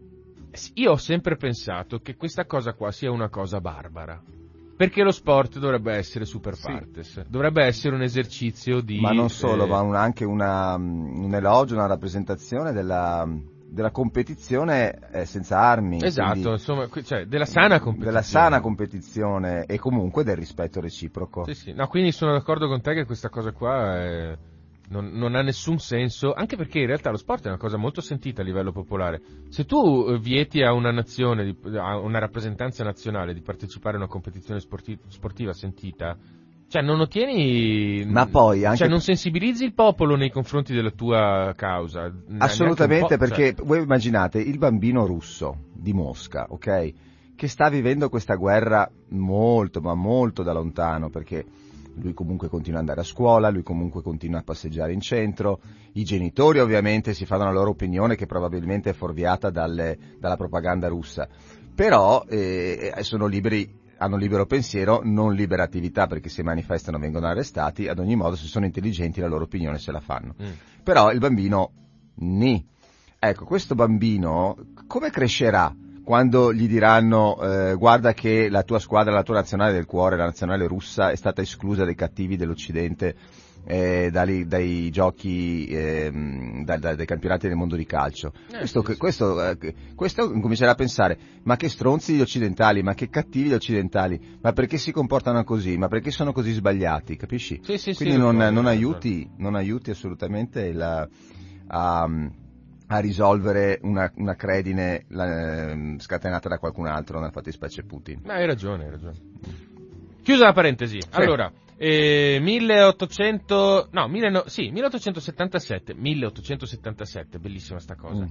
Io ho sempre pensato che questa cosa qua sia una cosa barbara, perché lo sport dovrebbe essere super Sì. partes, dovrebbe essere un esercizio di... Ma non solo, eh, ma un- anche una, un elogio, una rappresentazione della, della competizione eh, senza armi. Esatto, quindi insomma, qui- cioè, della sana competizione. Della sana competizione e comunque del rispetto reciproco. Sì, sì. No, quindi sono d'accordo con te che questa cosa qua è- non, non ha nessun senso, anche perché in realtà lo sport è una cosa molto sentita a livello popolare. Se tu eh, vieti a una nazione, di- a una rappresentanza nazionale di partecipare a una competizione sporti- sportiva sentita, Cioè non ottieni... Ma poi anche... Cioè non sensibilizzi il popolo nei confronti della tua causa. Assolutamente, perché cioè... voi immaginate il bambino russo di Mosca, ok? Che sta vivendo questa guerra molto, ma molto da lontano, perché lui comunque continua ad andare a scuola, lui comunque continua a passeggiare in centro, i genitori ovviamente si fanno la loro opinione che probabilmente è fuorviata dalle, dalla propaganda russa, però eh, sono liberi, hanno libero pensiero, non libera attività, perché se manifestano vengono arrestati, ad ogni modo se sono intelligenti la loro opinione se la fanno. Mm. Però il bambino, ni. Ecco, questo bambino come crescerà quando gli diranno eh, guarda che la tua squadra, la tua nazionale del cuore, la nazionale russa è stata esclusa dai cattivi dell'Occidente, eh, dai, dai giochi, eh, dai, dai campionati del mondo di calcio. Eh, questo, sì, questo, eh, questo comincerà a pensare, ma che stronzi gli occidentali, ma che cattivi gli occidentali, ma perché si comportano così, ma perché sono così sbagliati, capisci? Sì, sì, Quindi sì, non, so, non, aiuti, non aiuti assolutamente la, a... a risolvere una, una credine la, eh, scatenata da qualcun altro, nella fattispecie Putin. Ma hai ragione, hai ragione. Chiusa la parentesi. Sì. Allora, eh, milleottocento no, mille, sì, milleottocentosettantasette, milleottocentosettantasette, bellissima sta cosa. Mm.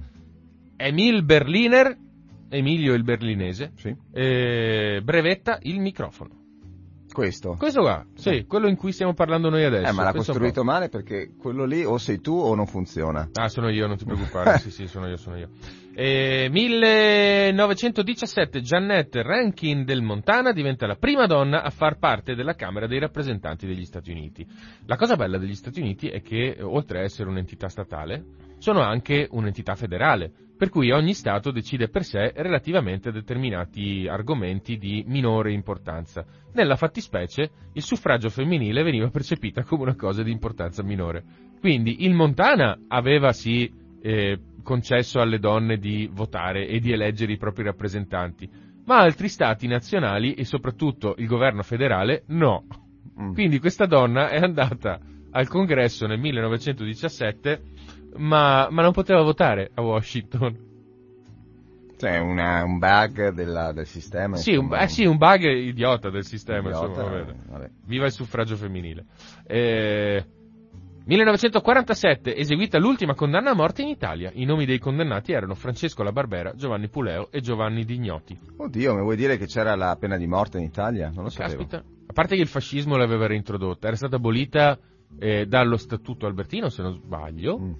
Emil Berliner, Emilio il berlinese, sì. eh, brevetta il microfono. Questo? Questo qua, sì, eh. quello in cui stiamo parlando noi adesso. Eh, ma l'ha Penso costruito male, perché quello lì o sei tu o non funziona. Ah, sono io, non ti preoccupare, sì, sì, sono io, sono io. Eh, millenovecentodiciassette, Jeannette Rankin del Montana diventa la prima donna a far parte della Camera dei rappresentanti degli Stati Uniti. La cosa bella degli Stati Uniti è che, oltre a essere un'entità statale, sono anche un'entità federale, per cui ogni Stato decide per sé relativamente a determinati argomenti di minore importanza. Nella fattispecie, il suffragio femminile veniva percepita come una cosa di importanza minore. Quindi il Montana aveva sì eh, concesso alle donne di votare e di eleggere i propri rappresentanti, ma altri Stati nazionali e soprattutto il governo federale no. Mm. Quindi questa donna è andata al Congresso nel millenovecentodiciassette, ma, ma non poteva votare a Washington. Cioè una, un bug della, del sistema. Sì un, eh, sì, un bug idiota del sistema. Idiota, insomma, vabbè. Vabbè. Viva il suffragio femminile. Eh, millenovecentoquarantasette, eseguita l'ultima condanna a morte in Italia. I nomi dei condannati erano Francesco La Barbera, Giovanni Puleo e Giovanni Dignoti. Oddio, mi vuoi dire che c'era la pena di morte in Italia? Non lo sapevo. Caspita. A parte che il fascismo l'aveva reintrodotta, era stata abolita eh, dallo Statuto Albertino, se non sbaglio. Mm.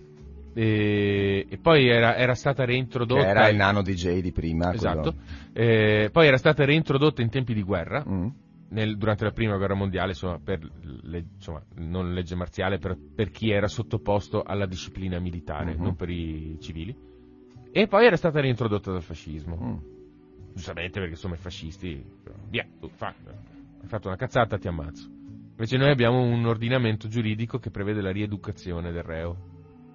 E, e poi era, era stata reintrodotta... Che era il nano D J di prima. Esatto. Eh, poi era stata reintrodotta in tempi di guerra, mm. nel, durante la prima guerra mondiale, insomma, per le, insomma, non legge marziale, per, per chi era sottoposto alla disciplina militare, mm-hmm. non per i civili. E poi era stata reintrodotta dal fascismo. Mm. Giustamente, perché insomma i fascisti... Via, tu fa, hai fatto una cazzata, ti ammazzo. Invece noi abbiamo un ordinamento giuridico che prevede la rieducazione del reo.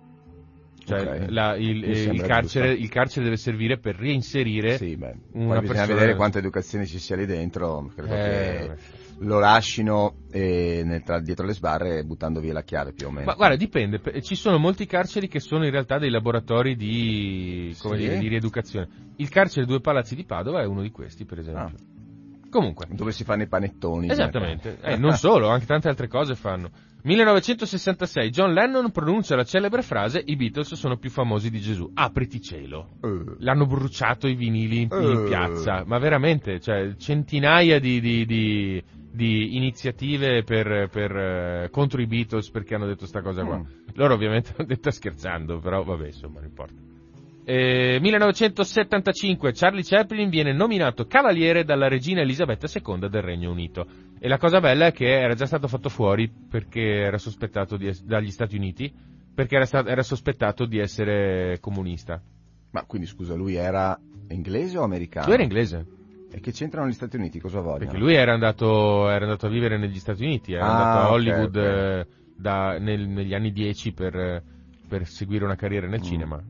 Cioè okay. la, il, il, carcere, il carcere deve servire per reinserire sì, beh, una poi bisogna persona... vedere quanta educazione ci sia lì dentro, credo eh, che beh. lo lascino eh, nel, tra, dietro le sbarre buttando via la chiave più o meno. Ma guarda, dipende, ci sono molti carceri che sono in realtà dei laboratori di, come sì. dire, di rieducazione. Il carcere Due Palazzi di Padova è uno di questi, per esempio. Ah. Comunque. Dove si fanno i panettoni. Esattamente, eh, non solo, anche tante altre cose fanno. millenovecentosessantasei, John Lennon pronuncia la celebre frase: i Beatles sono più famosi di Gesù. Apriti cielo. Uh. L'hanno bruciato i vinili in, uh. in piazza, ma veramente, cioè centinaia di, di, di, di iniziative per, per, uh, contro i Beatles perché hanno detto sta cosa qua. Mm. Loro ovviamente hanno detto scherzando, però vabbè, insomma, non importa. Eh, millenovecentosettantacinque, Charlie Chaplin viene nominato cavaliere dalla regina Elisabetta seconda del Regno Unito. E la cosa bella è che era già stato fatto fuori perché era sospettato di es- dagli Stati Uniti, perché era, sta- era sospettato di essere comunista. Ma quindi scusa, lui era inglese o americano? Lui era inglese. E che c'entrano gli Stati Uniti? Cosa vogliono? Perché lui era andato, era andato a vivere negli Stati Uniti, era ah, andato a Hollywood okay, okay. Eh, da, nel, negli anni dieci per, per seguire una carriera nel mm. cinema.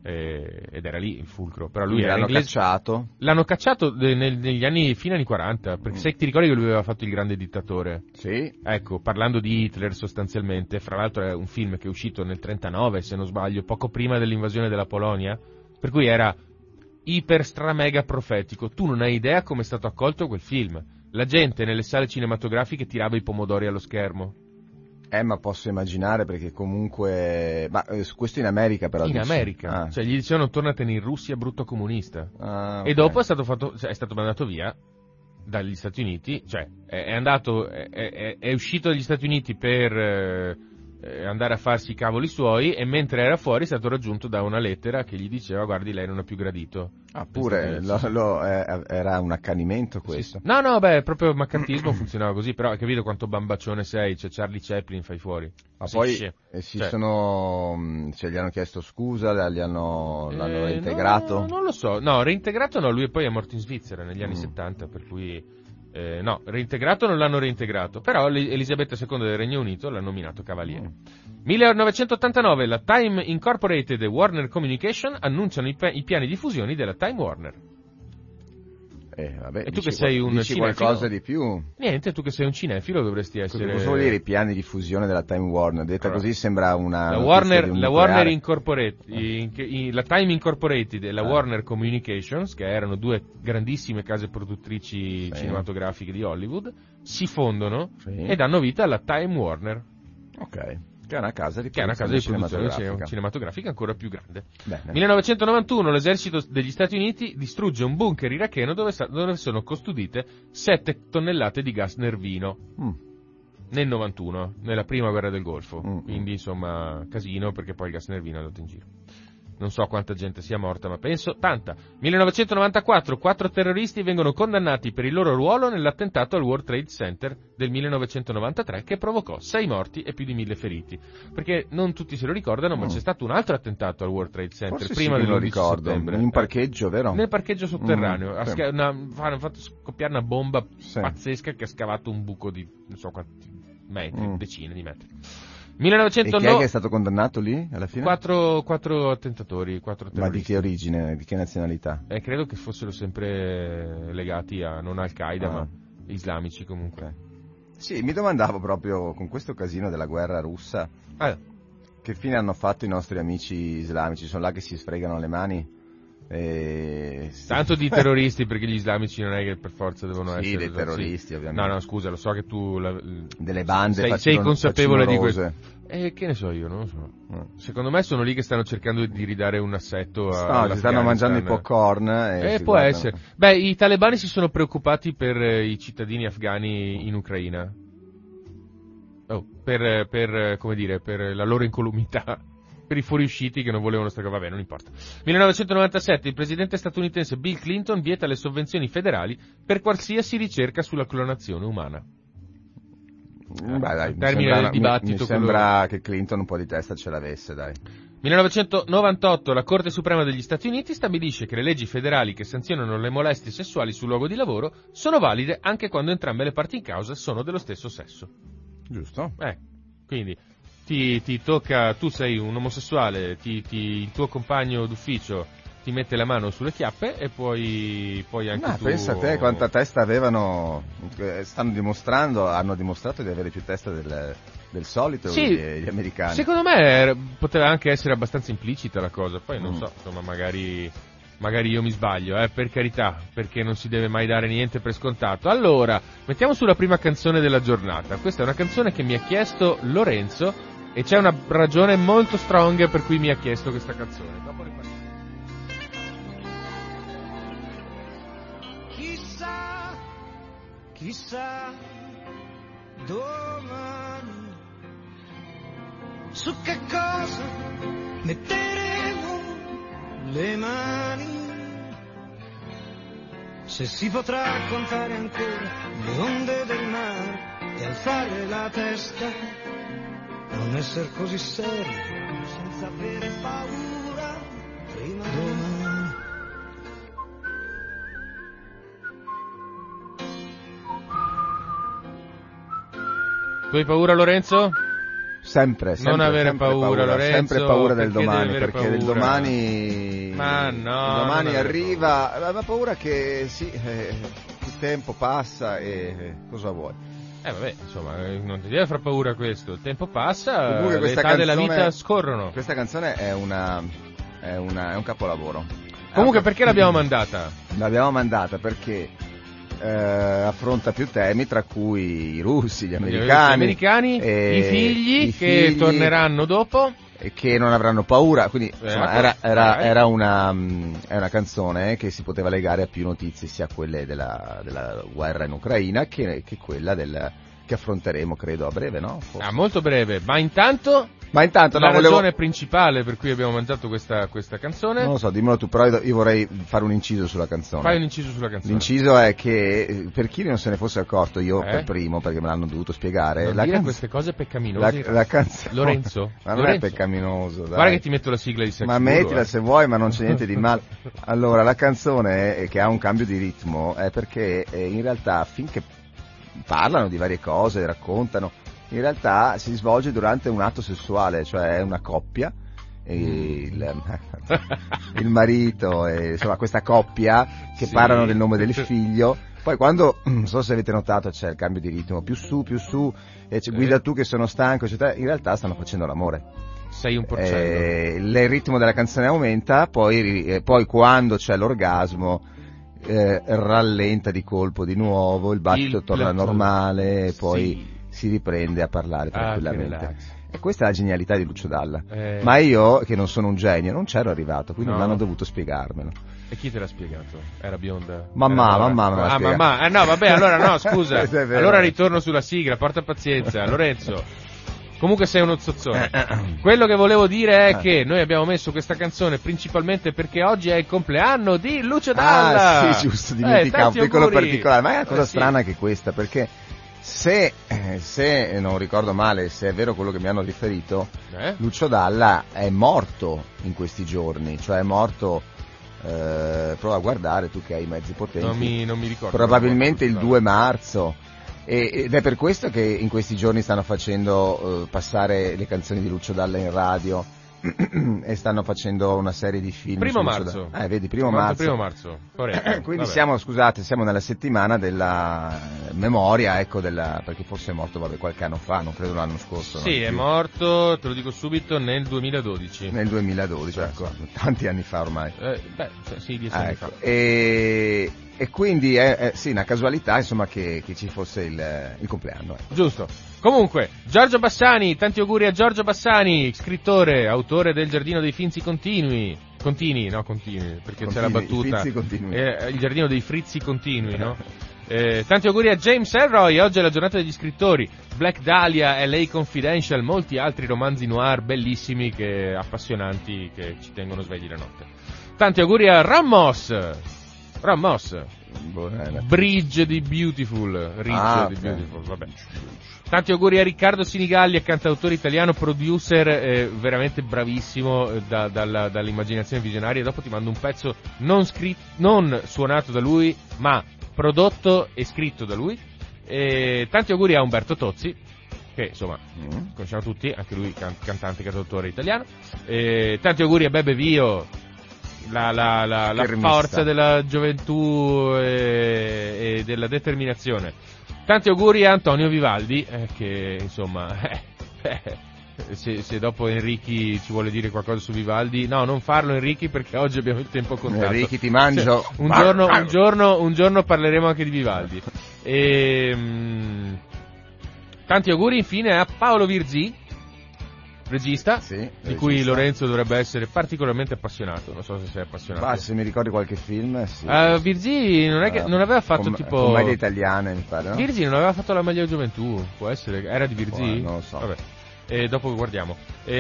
Ed era lì il fulcro, però lui era l'hanno inglese. cacciato l'hanno cacciato de, nel, negli anni fino agli anni quaranta, perché mm. se ti ricordi che lui aveva fatto Il grande dittatore, sì, ecco, parlando di Hitler sostanzialmente. Fra l'altro è un film che è uscito nel trentanove, se non sbaglio, poco prima dell'invasione della Polonia, per cui era iper stra mega profetico. Tu non hai idea come è stato accolto quel film, la gente nelle sale cinematografiche tirava i pomodori allo schermo. Eh, ma posso immaginare, perché comunque... Ma eh, su questo in America però... In dici? America, Ah. cioè gli dicevano tornatene in Russia, brutto comunista. Ah, E ok. dopo è stato fatto, cioè, è stato mandato via dagli Stati Uniti, cioè è, è andato, è, è, è uscito dagli Stati Uniti per eh, andare a farsi i cavoli suoi, e mentre era fuori è stato raggiunto da una lettera che gli diceva: guardi, lei non ha più gradito. Ah, pure, lo, lo, eh, era un accanimento questo. Sì, sì. No, no, beh, proprio il maccartismo funzionava così, però hai capito quanto bambaccione sei, cioè Charlie Chaplin fai fuori. Ma Sì, poi sì. eh, si Cioè, sono, mh, cioè, gli hanno chiesto scusa, gli hanno, l'hanno eh, reintegrato? No, non lo so, no, reintegrato no, lui poi è morto in Svizzera negli anni Mm. settanta, per cui... Eh, no, reintegrato non l'hanno reintegrato, però Elisabetta seconda del Regno Unito l'ha nominato cavaliere. millenovecentottantanove, la Time Incorporated e Warner Communication annunciano i, pe- i piani di fusione della Time Warner. Eh, vabbè, E tu dici che sei qual- un dici cinefilo? qualcosa di più? Niente, tu che sei un cinefilo dovresti Cosa, essere... cosa vuol dire i piani di fusione della Time Warner? Detta Allora, così sembra una La notizia Warner, di un la nucleare. Warner Incorporated, in- in- la Time Incorporated e la Ah. Warner Communications, che erano due grandissime case produttrici Sì. cinematografiche di Hollywood, si fondono Sì. e danno vita alla Time Warner, Ok, che è una casa di che è una casa di produzione cinematografica. cinematografica ancora più grande. Bene. millenovecentonovantuno, l'esercito degli Stati Uniti distrugge un bunker iracheno dove, sa- dove sono custodite sette tonnellate di gas nervino. Mm. Nel novantuno, nella prima guerra del Golfo. Mm. Quindi, insomma, casino, perché poi il gas nervino è andato in giro. Non so quanta gente sia morta, ma penso tanta. millenovecentonovantaquattro, quattro terroristi vengono condannati per il loro ruolo nell'attentato al World Trade Center del millenovecentonovantatré, che provocò sei morti e più di mille feriti. Perché non tutti se lo ricordano, ma Mm. c'è stato un altro attentato al World Trade Center Forse prima sì che me lo dell'undici ricordo, settembre. in un parcheggio, vero? Nel parcheggio sotterraneo. Mm, Ha sì. sca- una- hanno fatto scoppiare una bomba Sì. pazzesca che ha scavato un buco di non so quanti metri, Mm. decine di metri. E chi è che è millenovecentonove, stato condannato lì, alla fine? quattro, quattro attentatori, quattro Ma di terroristi. che origine, di che nazionalità? Eh, credo che fossero sempre legati a, non Al-Qaeda, Ah. ma islamici comunque. Ok. Sì, mi domandavo proprio, con questo casino della guerra russa, Ah, che fine hanno fatto i nostri amici islamici? Sono là che si sfregano le mani? E... tanto di terroristi, perché gli islamici non è che per forza devono Sì, essere... dei terroristi, ovviamente. No, no, scusa, lo so che tu... La, Delle bande sei, facinor- sei consapevole di facinorose. questo. Eh, che ne so io, non lo so. Mm. Secondo me sono lì che stanno cercando di ridare un assetto a... No, si stanno mangiando i popcorn. E Eh, si può guardano. essere. Beh, i talebani si sono preoccupati per eh, i cittadini afghani in Ucraina. Oh, per, eh, per, eh, come dire, per la loro incolumità. Per i fuoriusciti che non volevano stare... Vabbè, non importa. millenovecentonovantasette, il presidente statunitense Bill Clinton vieta le sovvenzioni federali per qualsiasi ricerca sulla clonazione umana. Mm, Beh, dai, mi Termine sembra, del dibattito, mi, mi quello- sembra che Clinton un po' di testa ce l'avesse, dai. millenovecentonovantotto, la Corte Suprema degli Stati Uniti stabilisce che le leggi federali che sanzionano le molestie sessuali sul luogo di lavoro sono valide anche quando entrambe le parti in causa sono dello stesso sesso. Giusto? Eh, quindi ti, ti tocca, tu sei un omosessuale, ti, ti- il tuo compagno d'ufficio ti mette la mano sulle chiappe e poi, poi anche Ma tu... pensa a te quanta testa avevano, eh, stanno dimostrando, hanno dimostrato di avere più testa del, del solito Sì, gli, gli americani. Secondo me era- poteva anche essere abbastanza implicita la cosa, poi non Mm. so, insomma, magari, magari io mi sbaglio, eh, per carità, perché non si deve mai dare niente per scontato. Allora, mettiamo sulla prima canzone della giornata. Questa è una canzone che mi ha chiesto Lorenzo e c'è una ragione molto strong per cui mi ha chiesto questa canzone. Dopo ne parliamo. Chissà, chissà, domani su che cosa metteremo le mani. Se si potrà contare ancora le onde del mare e alzare la testa, non essere così seri, senza avere paura, prima domani. Tu hai paura, Lorenzo? Sempre, sempre, Non avere sempre paura, Lorenzo, sempre paura del perché domani, devi avere perché del paura? domani, Ma no, il non domani avere arriva, aveva paura che sì, eh, il tempo passa e eh, cosa vuoi? Eh vabbè, insomma, eh, non ti deve far paura questo. Il tempo passa, Comunque le questa età della canzone- vita scorrono. Questa canzone è una, è una, è un capolavoro. Comunque, Eh, perché l'abbiamo mandata? L'abbiamo mandata perché eh, affronta più temi, tra cui i russi, gli americani, gli americani e i figli i che figli torneranno dopo. Che non avranno paura, quindi insomma, eh, era, era, eh. era una, è una canzone che si poteva legare a più notizie, sia quelle della, della guerra in Ucraina che, che quella del, che affronteremo, credo, a breve, no? Forse. Ah, molto breve, ma intanto... Ma intanto la no, volevo... ragione principale per cui abbiamo mandato questa, questa canzone. Non lo so, dimmelo tu, però io, io vorrei fare un inciso sulla canzone. Fai un inciso sulla canzone. L'inciso è che, per chi non se ne fosse accorto, io eh? per primo, perché me l'hanno dovuto spiegare. Non la dire canz... queste cose peccaminose. La, la canzone. Lorenzo. Ma non Lorenzo. è peccaminoso, dai. Guarda che ti metto la sigla di Sex Ma Guru, mettila eh. se vuoi, ma non c'è niente di male. Allora, la canzone è, che ha un cambio di ritmo è perché eh, in realtà finché parlano di varie cose, raccontano, in realtà si svolge durante un atto sessuale, cioè è una coppia, e il, il marito e insomma questa coppia che sì. parlano del nome del figlio. Poi quando, non so se avete notato, c'è il cambio di ritmo, più su, più su, e c'è, guida tu che sono stanco, eccetera. In realtà stanno facendo l'amore. Sei un porcello. Eh, il ritmo della canzone aumenta, poi, eh, poi quando c'è l'orgasmo eh, rallenta di colpo di nuovo, il battito il torna plateau. normale e poi Sì. si riprende a parlare tranquillamente. Ah, che relax. E questa è la genialità di Lucio Dalla. Eh. Ma io, che non sono un genio, non c'ero arrivato, quindi No. non hanno dovuto spiegarmelo. E chi te l'ha spiegato? Era bionda? Mamma, Era mamma me l'ha Ah, spiegato. mamma. Eh no, vabbè, allora no, scusa. È vero. Allora ritorno sulla sigla, porta pazienza. Lorenzo, comunque sei uno zozzone. Quello che volevo dire è che noi abbiamo messo questa canzone principalmente perché oggi è il compleanno di Lucio Dalla. Ah, sì, giusto, dimenticavo, eh, un piccolo auguri. particolare. Ma è una cosa Eh, sì. strana anche questa, perché se, eh, se non ricordo male, se è vero quello che mi hanno riferito, Eh? Lucio Dalla è morto in questi giorni, cioè è morto, eh, prova a guardare tu che hai i mezzi potenti, Non mi, non mi ricordo. probabilmente il Lucio due marzo, e, ed è per questo che in questi giorni stanno facendo eh, passare le canzoni di Lucio Dalla in radio e stanno facendo una serie di film. Primo su Lucio marzo. Dalla. Eh, vedi, primo Quanto marzo. Primo marzo. Corretto. Quindi Vabbè. siamo, scusate, siamo nella settimana della memoria, ecco, della, perché forse è morto, vabbè, qualche anno fa, non credo l'anno scorso. Sì, no, è più. morto, te lo dico subito, nel duemiladodici. Nel duemiladodici, ecco, tanti anni fa ormai. Eh, beh, cioè, sì, dieci Ah, anni ecco. fa. E, e quindi è, è sì, una casualità, insomma, che, che ci fosse il, il compleanno. Ecco. Giusto. Comunque, Giorgio Bassani, tanti auguri a Giorgio Bassani, scrittore, autore del Giardino dei Finzi Continui. Contini, no, continui, perché c'è la Continui, battuta. Frizzi continui. Eh, il Giardino dei Frizzi Continui, no? Eh, tanti auguri a James Elroy, oggi è la giornata degli scrittori. Black Dahlia, L A Confidential, molti altri romanzi noir bellissimi, che, appassionanti, che ci tengono svegli la notte. Tanti auguri a Ramos. Ramos. Buona. Bridge di Beautiful. Ridge Ah, di ok. Beautiful, vabbè. Tanti auguri a Riccardo Sinigallia, cantautore italiano, producer, eh, veramente bravissimo eh, da, dalla, dall'immaginazione visionaria. Dopo ti mando un pezzo non scritto, non suonato da lui, ma prodotto e scritto da lui. E tanti auguri a Umberto Tozzi, che insomma Mm. conosciamo tutti, anche lui can- cantante e cantautore italiano. E tanti auguri a Bebe Vio, la, la, la, la Schermista. forza della gioventù e, e della determinazione. Tanti auguri a Antonio Vivaldi, eh, che insomma, eh, eh, se, se dopo Enrichi ci vuole dire qualcosa su Vivaldi, no, non farlo Enrichi, perché oggi abbiamo il tempo contato. Enrichi, ti mangio. Cioè, un, giorno, un, giorno, un giorno parleremo anche di Vivaldi. E, mh, tanti auguri infine a Paolo Virzì, regista, Sì, di regista. cui Lorenzo dovrebbe essere particolarmente appassionato. Non so se sei appassionato. Ma se mi ricordi qualche film, sì. Uh, Virzì non, è che, non aveva fatto Com- tipo... commedie italiane, mi pare, no? Virzì non aveva fatto la maglia gioventù, può essere? Era di Virzì? Oh, non lo so. Vabbè. E dopo guardiamo.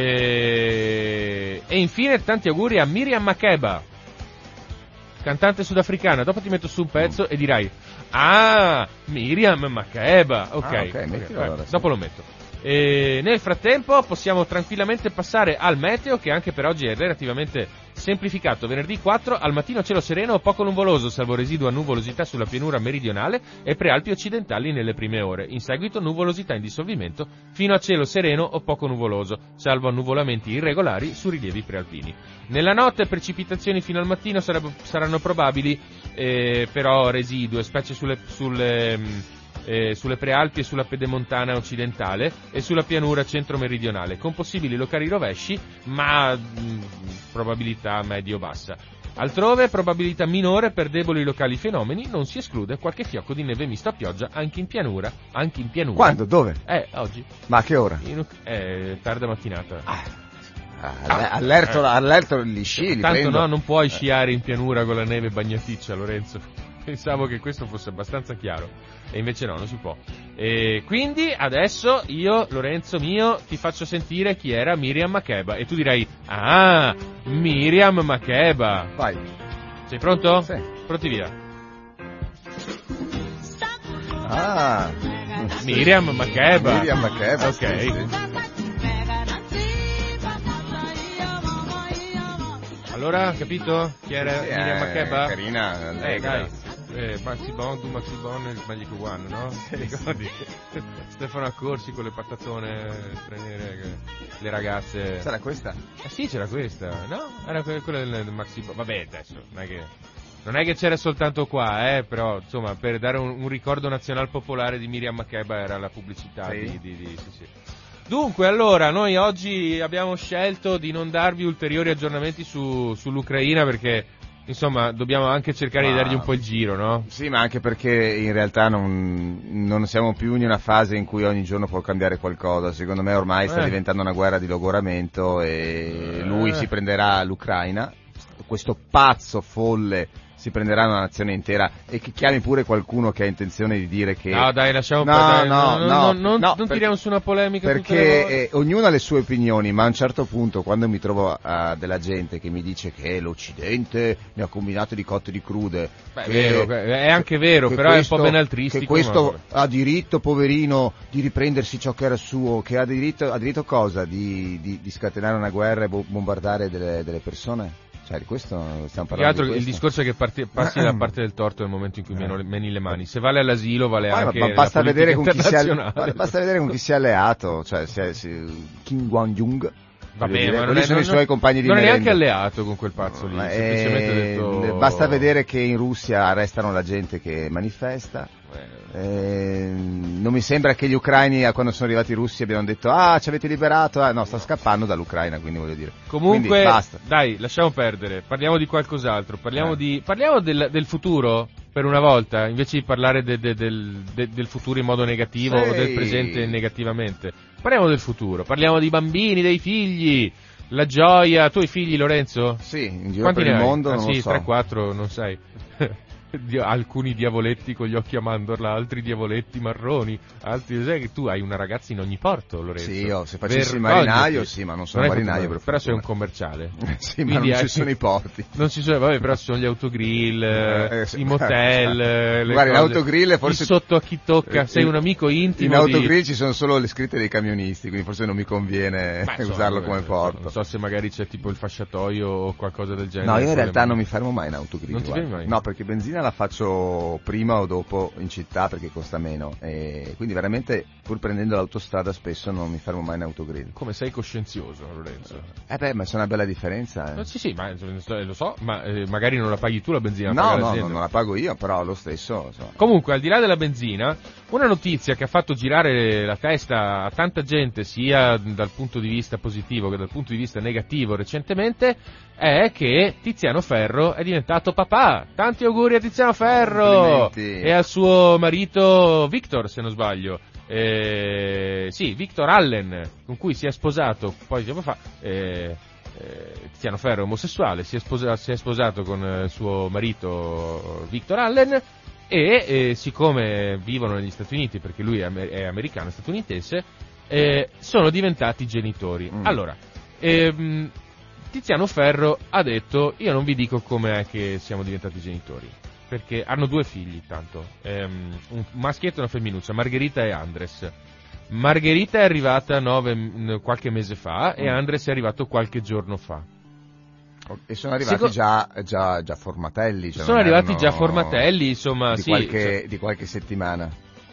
E... e infine tanti auguri a Miriam Makeba, cantante sudafricana. Dopo ti metto su un pezzo e dirai: ah, Miriam Makeba. Ok, Ah, ok, ok, mettilo vai, allora, sì. dopo lo metto. E nel frattempo possiamo tranquillamente passare al meteo, che anche per oggi è relativamente semplificato. Venerdì quattro, al mattino cielo sereno o poco nuvoloso, salvo residua nuvolosità sulla pianura meridionale e prealpi occidentali nelle prime ore. In seguito nuvolosità in dissolvimento fino a cielo sereno o poco nuvoloso, salvo annuvolamenti irregolari su rilievi prealpini. Nella notte precipitazioni fino al mattino sarebbe, saranno probabili, eh, però residue, specie sulle... sulle mh, Eh, sulle prealpi e sulla pedemontana occidentale e sulla pianura centro-meridionale, con possibili locali rovesci, ma mh, probabilità medio-bassa. Altrove, probabilità minore per deboli locali fenomeni, non si esclude qualche fiocco di neve misto a pioggia anche in pianura. Anche in pianura. Quando? Dove? Eh, oggi. Ma a che ora? In, eh, tarda mattinata. Ah, allerto, eh. allerto gli sci, li Tanto prendo. no, non puoi sciare in pianura con la neve bagnaticcia, Lorenzo. Pensavo che questo fosse abbastanza chiaro. E invece no, non si può. E quindi adesso io, Lorenzo mio, ti faccio sentire chi era Miriam Makeba. E tu dirai, ah, Miriam Makeba. Vai. Sei pronto? Sì. Pronti via. Ah. Miriam Makeba. Miriam Makeba. Ok. Sì, sì. Allora, capito? Chi era Sì, Miriam eh, Makeba? Carina, Eh, allegra. dai. Eh, Maxi Bon, tu Maxi Bon e il Magic One, no? Sì, Ti ricordi? Stefano Accorsi con le patatone straniere, che- le ragazze. Sarà questa? Eh sì, c'era questa, no? Era que- quella del, del Maxi Bon. Vabbè, adesso, non è che non è che c'era soltanto qua, eh, però insomma, per dare un, un ricordo nazional popolare di Miriam Makeba era la pubblicità Sì. di, di, di sì, sì. Dunque, allora, noi oggi abbiamo scelto di non darvi ulteriori aggiornamenti su, sull'Ucraina perché, insomma, dobbiamo anche cercare Ma- di dargli un po' il giro, no? Sì, ma anche perché in realtà non, non siamo più in una fase in cui ogni giorno può cambiare qualcosa. Secondo me ormai sta Eh. diventando una guerra di logoramento e Eh. lui si prenderà l'Ucraina, questo pazzo folle si prenderà una nazione intera e che chiami pure qualcuno che ha intenzione di dire che... No, dai, lasciamo No, perdere, no, non, no, non, non, no, non per- tiriamo su una polemica tutte le Perché volte. eh, ognuno ha le sue opinioni, ma a un certo punto quando mi trovo a della gente che mi dice che l'Occidente ne ha combinate di cotte e di crude, Beh, che- è vero, è anche vero, che però questo- è un po' benaltristico. che questo ma- ha diritto, poverino, di riprendersi ciò che era suo, che ha diritto, ha diritto cosa? Di, di, di scatenare una guerra e bo- bombardare delle, delle persone? Cioè, di questo stiamo Più che parlando. altro di il questo. discorso è che parti- passi dalla parte del torto nel momento in cui meno- meni le mani. Se vale all'asilo, vale Poi, anche ma basta la vedere, politica con chi si è, internazionale. basta vedere con chi si è alleato, cioè se, se, Kim Jong-un. Vabbè, voglio dire, ma non quelli è, sono non, i suoi compagni di non è merenda. neanche alleato con quel pazzo lì, Ma, semplicemente eh, detto... Basta vedere che in Russia arrestano la gente che manifesta. Eh, Eh, non mi sembra che gli ucraini, a quando sono arrivati i russi, abbiano detto ah, ci avete liberato, ah, no, sta scappando dall'Ucraina, quindi voglio dire. Comunque, Quindi, basta. dai, lasciamo perdere, parliamo di qualcos'altro, parliamo, Eh. di, parliamo del, del futuro, per una volta, invece di parlare de- de- del, de- del futuro in modo negativo Sì. o del presente negativamente. Parliamo del futuro, parliamo dei bambini, dei figli, la gioia. Tu hai figli, Lorenzo? Sì, in giro Quanti per ne il hai? mondo Ah, non sì, lo so. tre quattro, non sai. Di- alcuni diavoletti con gli occhi a mandorla, altri diavoletti marroni, altri, sai che tu hai una ragazza in ogni porto, Lorenzo. Sì, io, se facessi il Vergognati. marinaio, sì, ma non sono hai marinaio, fatto- per però sei un fortuna. commerciale. Sì, ma Quindi non ci hai- sono i porti. Non ci sono, vabbè, però ci sono gli autogrill, Eh, sì. i motel, eh, le Guarda, in cose. autogrill forse- Il sotto a chi tocca, sei In- un amico intimo In di- autogrill ci sono solo le scritte dei camionisti, quindi forse non mi conviene Beh, insomma, usarlo vabbè, come non so- porto. Non so se magari c'è tipo il fasciatoio o qualcosa del genere. No, io in Poi realtà le- non mi fermo mai in autogrill. Non ti guarda. fermi mai? No, perché benzina la faccio prima o dopo in città perché costa meno. E quindi veramente, pur prendendo l'autostrada, spesso non mi fermo mai in autogrill. Come sei coscienzioso, Lorenzo? Eh beh, ma c'è una bella differenza. No, Eh. sì, sì, ma eh, lo so, ma eh, magari non la paghi tu la benzina. la No, paga no, l'azienda. no, non la pago io, però lo stesso. Insomma. Comunque, al di là della benzina, una notizia che ha fatto girare la testa a tanta gente, sia dal punto di vista positivo che dal punto di vista negativo recentemente, è che Tiziano Ferro è diventato papà. Tanti auguri a Tiziano Ferro! Complimenti. E al suo marito Victor, se non sbaglio. Eh, sì, Victor Allen, con cui si è sposato poi tempo fa. Eh, eh, Tiziano Ferro è omosessuale, si è, sposa- si è sposato con eh, il suo marito Victor Allen e eh, siccome vivono negli Stati Uniti, perché lui è, amer- è americano, statunitense, eh, sono diventati genitori. Mm. Allora, ehm, Tiziano Ferro ha detto: io non vi dico com'è che siamo diventati genitori, perché hanno due figli tanto, ehm, un maschietto e una femminuccia, Margherita e Andres. Margherita è arrivata nove, mh, qualche mese fa e Mm. Andres è arrivato qualche giorno fa. E sono arrivati Seco- già, già, già formatelli. Cioè Sono non arrivati erano già formatelli, insomma, di, sì. qualche, cioè, di qualche settimana.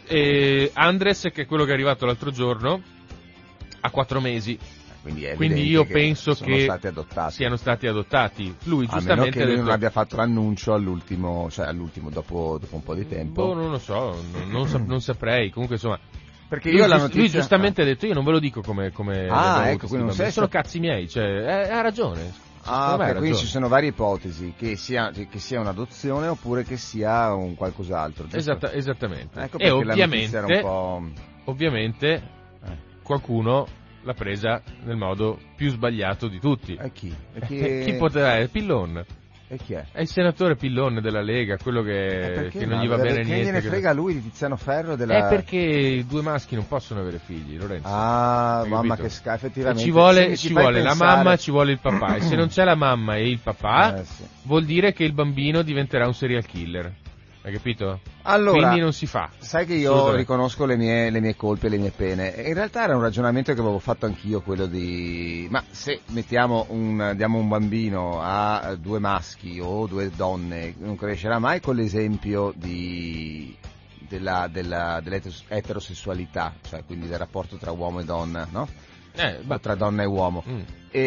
e Andres, che è quello che è arrivato l'altro giorno, ha quattro mesi. Quindi, è Quindi evidente io che penso sono che stati adottati. siano stati adottati. Lui A meno giustamente che ha lui detto, non abbia fatto l'annuncio all'ultimo, cioè all'ultimo, dopo, dopo un po' di tempo. boh, non lo so, non, non sap- non saprei. Comunque, insomma, Perché lui, io la giust- notizia... lui giustamente ha detto: io non ve lo dico come, come Ah, abbiamo ecco, avuto quindi non sti bambini. sei sono sta- cazzi miei, cioè, eh, ha ragione. Ah, Vabbè, ok, quindi ragione. ci sono varie ipotesi, che sia, che sia un'adozione oppure che sia un qualcos'altro. giusto? Esatta- esattamente. Ecco E perché la ovviamente, notizia era un po'... ovviamente Eh. qualcuno l'ha presa nel modo più sbagliato di tutti. E chi? E chi... Chi poteva essere? Pillon. E chi è? È il senatore Pillon della Lega, quello Eh, che, perché che non no? gli va bene Che niente. gliene che- frega lui di Tiziano Ferro della... È perché i due maschi non possono avere figli, Lorenzo. Ah, Hai mamma capito? che sca, E effettivamente. ci vuole, Se mi ci fai vuole la pensare- mamma, ci vuole il papà. E se non c'è la mamma e il papà, Eh, sì. vuol dire che il bambino diventerà un serial killer. Hai capito? Allora, Quindi non si fa. sai che io Assolutamente. riconosco le mie, le mie colpe e le mie pene. E in realtà era un ragionamento che avevo fatto anch'io, quello di... Ma se mettiamo un, diamo un bambino a due maschi o due donne, non crescerà mai con l'esempio di... della, della, dell'eterosessualità, cioè quindi del rapporto tra uomo e donna, no? Eh, O tra donna e uomo. Mm.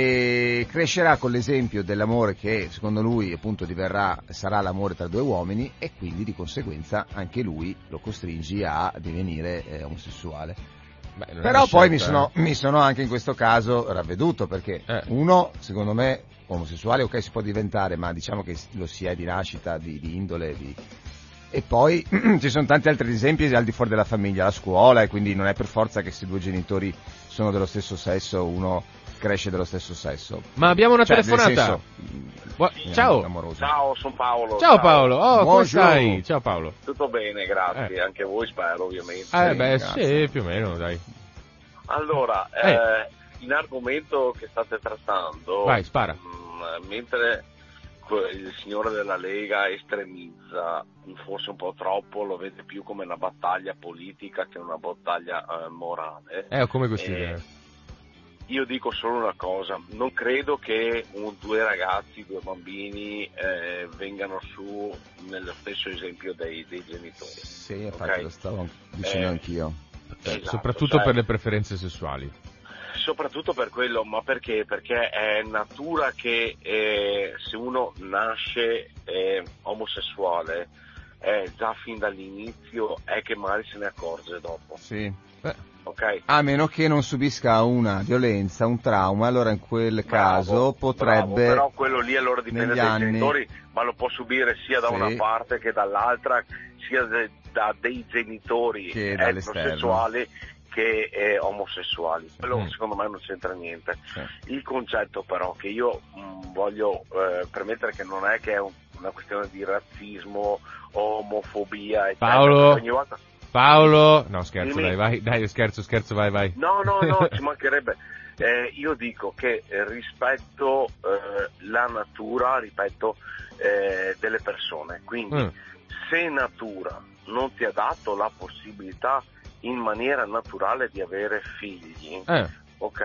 E crescerà con l'esempio dell'amore che secondo lui appunto diverrà, sarà l'amore tra due uomini, e quindi di conseguenza anche lui lo costringi a divenire eh, omosessuale. Beh, non è Però una poi mi scelta, sono, eh. mi sono anche in questo caso ravveduto, perché Eh. uno, secondo me, omosessuale ok si può diventare, ma diciamo che lo si è di nascita, di, di indole, di... E poi ci sono tanti altri esempi al di fuori della famiglia, la scuola, e quindi non è per forza che se due genitori sono dello stesso sesso uno cresce dello stesso sesso. Ma abbiamo una Cioè, nel telefonata. senso, Gua- mm, ciao. amoroso. Ciao, sono Paolo. Ciao Paolo. Oh, come Buongiorno. stai? Ciao Paolo. Tutto bene, grazie. Eh. Anche voi spero, ovviamente. Eh Sì, beh, grazie. sì, più o meno, dai. Allora, Eh. eh, in argomento che state trattando, Vai, spara. mh, mentre que- il signore della Lega estremizza, forse un po' troppo, lo vede più come una battaglia politica che una battaglia eh, morale. Eh, ho come questa Eh, idea. Io dico solo una cosa, non credo che un- due ragazzi, due bambini eh, vengano su nello stesso esempio dei, dei genitori. Sì, infatti Ok? lo stavo dicendo Eh, anch'io. Esatto, Soprattutto cioè, per le preferenze sessuali. soprattutto per quello, ma perché? Perché è natura che eh, se uno nasce eh, omosessuale, eh, già fin dall'inizio è che magari se ne accorge dopo, Sì. Beh, ok? A meno che non subisca una violenza, un trauma, allora in quel caso Bravo, potrebbe... bravo, però quello lì allora dipende negli dai anni- genitori, ma lo può subire sia da Sì. una parte che dall'altra, sia de- da dei genitori Che dall'esterno. eterosessuali che eh, omosessuali. Quello Mm. secondo me non c'entra niente. Sì. Il concetto però che io mh, voglio eh, permettere che non è che è un- una questione di razzismo o omofobia, eccetera. Paolo? Ogni volta... Paolo, no scherzo, Dimmi. dai, vai, dai, scherzo, scherzo, vai, vai. No, no, no, ci mancherebbe. Eh, io dico che eh, rispetto eh, la natura, ripeto, eh, delle persone. Quindi Mm. se natura non ti ha dato la possibilità in maniera naturale di avere figli, Eh, ok?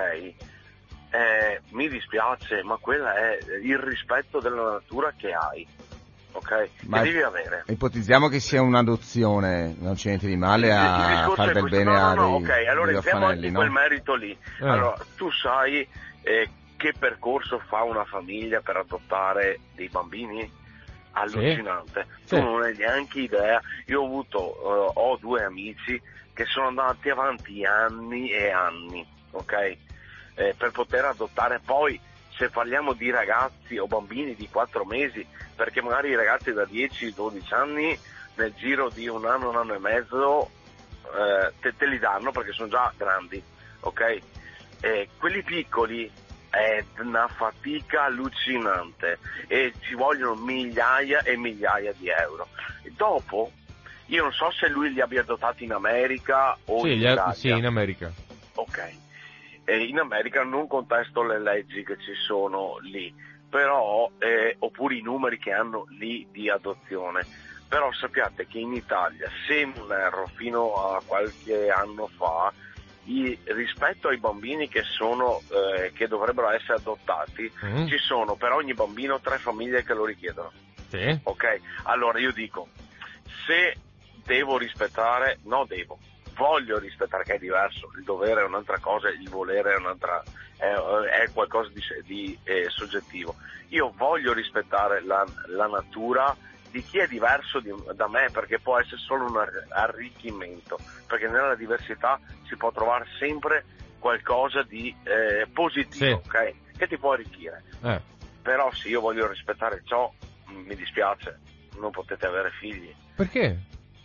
Eh, mi dispiace, ma quello è il rispetto della natura che hai, ok? Ma- Che devi avere. Ipotizziamo che sia un'adozione, non c'è niente di male Il- il a discorso far è del questo. bene no, no, a no, dei, ok, allora degli entriamo anche orfanelli, in no? quel merito lì. Eh. Allora, tu sai eh, che percorso fa una famiglia per adottare dei bambini? Allucinante. Sì. Tu non hai neanche idea. Io ho avuto, eh, ho due amici che sono andati avanti anni e anni, ok? Eh, per poter adottare. Poi, se parliamo di ragazzi o bambini di quattro mesi, perché magari i ragazzi da dieci dodici anni nel giro di un anno, un anno e mezzo eh, te, te li danno perché sono già grandi, ok? Eh, quelli piccoli è una fatica allucinante e ci vogliono migliaia e migliaia di euro. E dopo, io non so se lui li abbia adottati in America o sì, in gli ha- Italia. sì, in America. Ok. E in America non contesto le leggi che ci sono lì, però, eh, oppure i numeri che hanno lì di adozione. Però sappiate che in Italia, se non erro, fino a qualche anno fa, i- rispetto ai bambini che sono eh, che dovrebbero essere adottati, Mm. ci sono per ogni bambino tre famiglie che lo richiedono. Sì. Ok? Allora io dico, se devo rispettare, no devo, voglio rispettare, che è diverso, il dovere è un'altra cosa, il volere è un'altra, è, è qualcosa di, di eh, soggettivo. Io voglio rispettare la, la natura di chi è diverso di, da me, perché può essere solo un ar- arricchimento, perché nella diversità si può trovare sempre qualcosa di eh, positivo, Sì. ok? Che ti può arricchire. Eh. però se io voglio rispettare ciò, mi dispiace, non potete avere figli. Perché?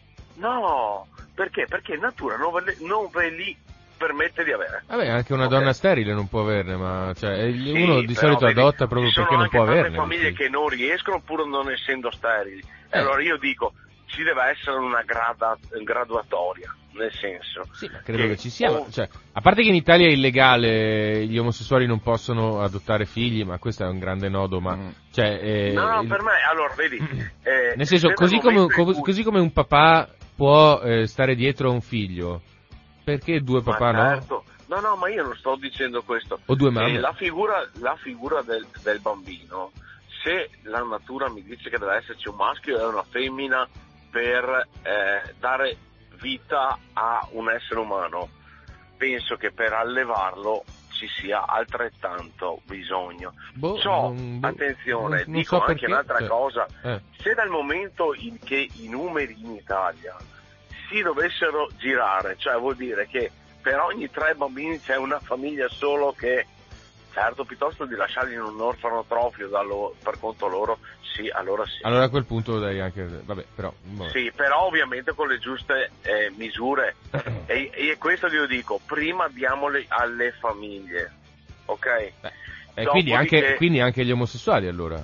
No, perché? Perché natura non ve, le, non ve li permette di avere. Vabbè, anche una Okay. donna sterile non può averne, ma cioè, Sì, uno di però, solito vedi, adotta proprio ci sono perché non può anche tante averne. famiglie che non riescono pur non essendo sterili. Eh. Allora io dico, ci deve essere una grada, graduatoria, nel senso. Sì, ma credo che che ci sia, o- ma, cioè, a parte che in Italia è illegale, gli omosessuali non possono adottare figli, ma questo è un grande nodo, ma Mm. cioè, eh, No, no, il- per me, allora, vedi... eh, nel senso, se così nel come, momento in co- cui- così come un papà può eh, stare dietro a un figlio, perché due Ma papà certo. No, no, ma io non sto dicendo questo. O due Eh, mamme? la figura, la figura del, del bambino, se la natura mi dice che deve esserci un maschio e una femmina per eh, dare vita a un essere umano, penso che per allevarlo ci sia altrettanto bisogno. Boh, Ciò, non- boh, attenzione, non- non dico so anche perché, un'altra cioè, cosa, eh. se dal momento in che i numeri in Italia si dovessero girare, cioè vuol dire che per ogni tre bambini c'è una famiglia solo che, certo, piuttosto di lasciarli in un orfanotrofio da lo- per conto loro, sì, allora sì. Allora a quel punto dai anche, vabbè, però... vabbè. Sì, però ovviamente con le giuste eh, misure. e, e questo io dico, prima diamole alle famiglie, ok? Beh, eh, quindi, anche, Dopodiché- quindi anche gli omosessuali allora?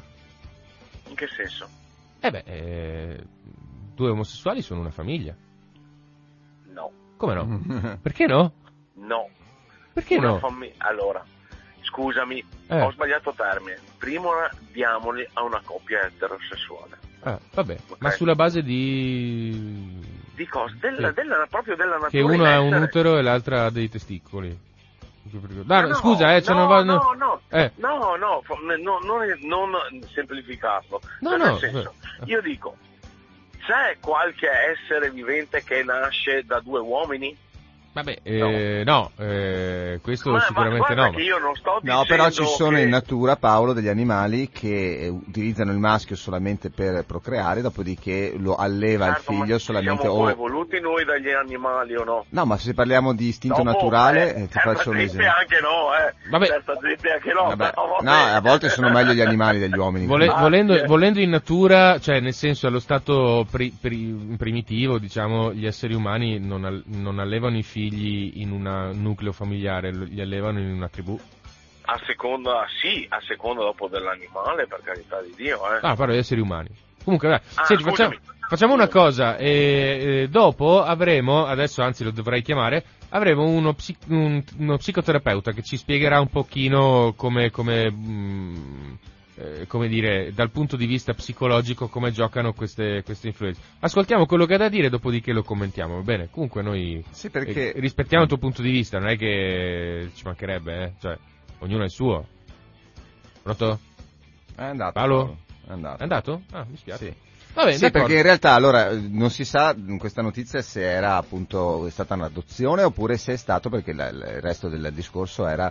In che senso? Eh beh, eh, due omosessuali sono una famiglia. No, Come no? Perché no? no. Perché Una no? fammi- allora, scusami, Eh. ho sbagliato termine. Prima diamoli a una coppia eterosessuale. Ah, vabbè, Ok. ma sulla base di... Di cosa? Della, Sì. della- proprio della natura. Che uno ha un essere. utero e l'altra ha dei testicoli. No, Ma no, scusa, eh, cioè no, non va... no, no. no, Eh. no, no, fa- no, non, non semplificarlo. No, Cioè, no, nel senso, eh. io dico, c'è qualche essere vivente che nasce da due uomini? Vabbè, eh, no, eh, questo Ma- ma sicuramente guarda no. ma- che io non sto No, dicendo però ci sono che- in natura, Paolo, degli animali che eh, utilizzano il maschio solamente per procreare, dopodiché lo alleva Certo, il ma figlio solamente siamo poi o... evoluti noi dagli animali o no? No, ma se parliamo di istinto Dopo, naturale, eh, eh, ti certa faccio un gente esempio. anche no, eh. Vabbè. Certa gente anche no. Vabbè, però va no, bene. a volte sono meglio gli animali degli uomini. Vole- Ah, volendo, sì, eh. volendo in natura, cioè nel senso allo stato pri- pri- primitivo, diciamo, gli esseri umani non, al- non allevano i figli in un nucleo familiare, lo- li allevano in una tribù. A seconda, sì, a seconda dopo dell'animale, per carità di Dio, eh. Ah, parlo di esseri umani. Comunque, dai, Ah, senti, facciamo, scusami. facciamo una cosa, e, e dopo avremo, adesso anzi lo dovrei chiamare, avremo uno, psi- un- uno psicoterapeuta che ci spiegherà un pochino come, come, mh, eh, come dire, dal punto di vista psicologico come giocano queste, queste influenze. Ascoltiamo quello che ha da dire, dopodiché lo commentiamo, va bene? Comunque noi Sì, perché... eh, rispettiamo il tuo punto di vista, non è che ci mancherebbe, eh? Cioè, ognuno ha il suo. Pronto? È andato. Paolo? È andato. È andato? Ah, mi spiace. Sì. Va bene, Sì, d'accordo. perché in realtà allora non si sa in questa notizia se era appunto è stata un'adozione oppure se è stato, perché la- il resto del discorso era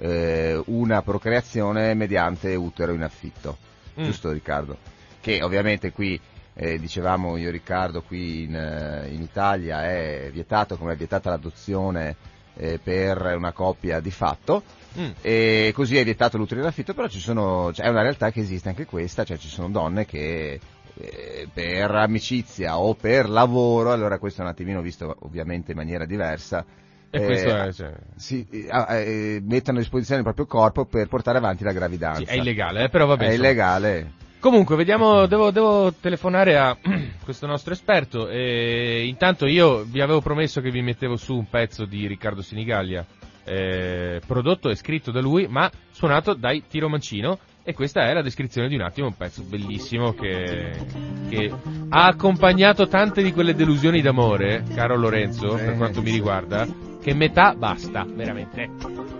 eh, una procreazione mediante utero in affitto, Mm. giusto Riccardo? Che ovviamente qui eh, dicevamo io e Riccardo qui in, eh, in Italia è vietato, come è vietata l'adozione eh, per una coppia di fatto. Mm. E così è vietato l'utero in affitto, però ci sono, cioè, è una realtà che esiste anche questa, cioè ci sono donne che eh, per amicizia o per lavoro, allora questo è un attimino visto ovviamente in maniera diversa, E eh, questo è, cioè, si, eh, eh, mettono a disposizione il proprio corpo per portare avanti la gravidanza. sì, è illegale, eh, però vabbè. È insomma. illegale. Comunque, vediamo, devo, devo telefonare a questo nostro esperto e intanto io vi avevo promesso che vi mettevo su un pezzo di Riccardo Sinigallia, eh, prodotto e scritto da lui, ma suonato dai Tiro Mancino, e questa è la descrizione di un attimo, un pezzo bellissimo che, che ha accompagnato tante di quelle delusioni d'amore, caro Lorenzo, Sì, per quanto mi sì. riguarda, che metà basta, veramente.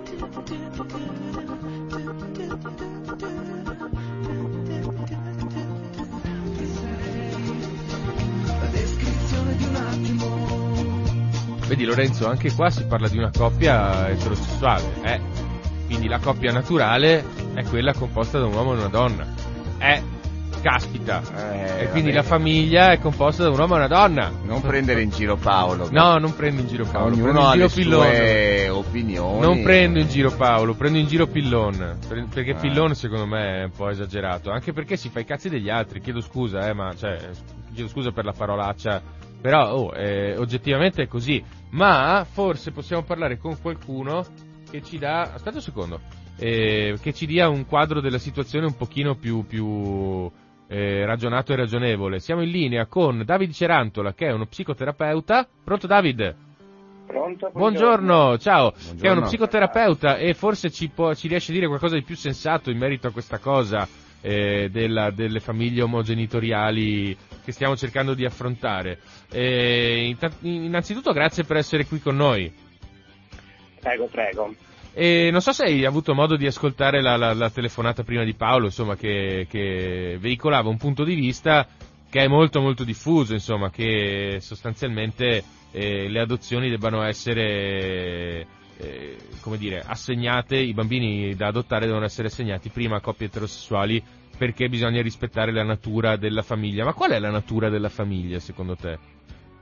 Vedi Lorenzo, anche qua si parla di una coppia eterosessuale, eh? Quindi la coppia naturale è quella composta da un uomo e una donna. Eh, caspita. Eh, e quindi vabbè. la famiglia è composta da un uomo e una donna. Non prendere in giro Paolo. No, non prendi in giro Paolo, prendi Ognuno in ha giro le Pillone. sue opinioni. Non prendo in giro Paolo, prendo in giro Pillon, perché Ah. Pillon secondo me è un po' esagerato, anche perché si fa i cazzi degli altri, chiedo scusa, eh, ma cioè, chiedo scusa per la parolaccia, però oh, eh, oggettivamente è così, ma forse possiamo parlare con qualcuno che ci dà, aspetta un secondo, eh, che ci dia un quadro della situazione un pochino più, più eh, ragionato e ragionevole. Siamo in linea con David Cerantola, che è uno psicoterapeuta. Pronto David? Pronto? Buongiorno, ciao, Buongiorno. che è uno psicoterapeuta e forse ci, può, ci riesce a dire qualcosa di più sensato in merito a questa cosa eh, della, delle famiglie omogenitoriali che stiamo cercando di affrontare. Eh, innanzitutto grazie per essere qui con noi. Prego, prego. E non so se hai avuto modo di ascoltare la, la, la telefonata prima di Paolo, insomma, che, che veicolava un punto di vista che è molto molto diffuso, insomma, che sostanzialmente eh, le adozioni debbano essere, eh, come dire, assegnate, i bambini da adottare devono essere assegnati prima a coppie eterosessuali perché bisogna rispettare la natura della famiglia. Ma qual è la natura della famiglia, secondo te?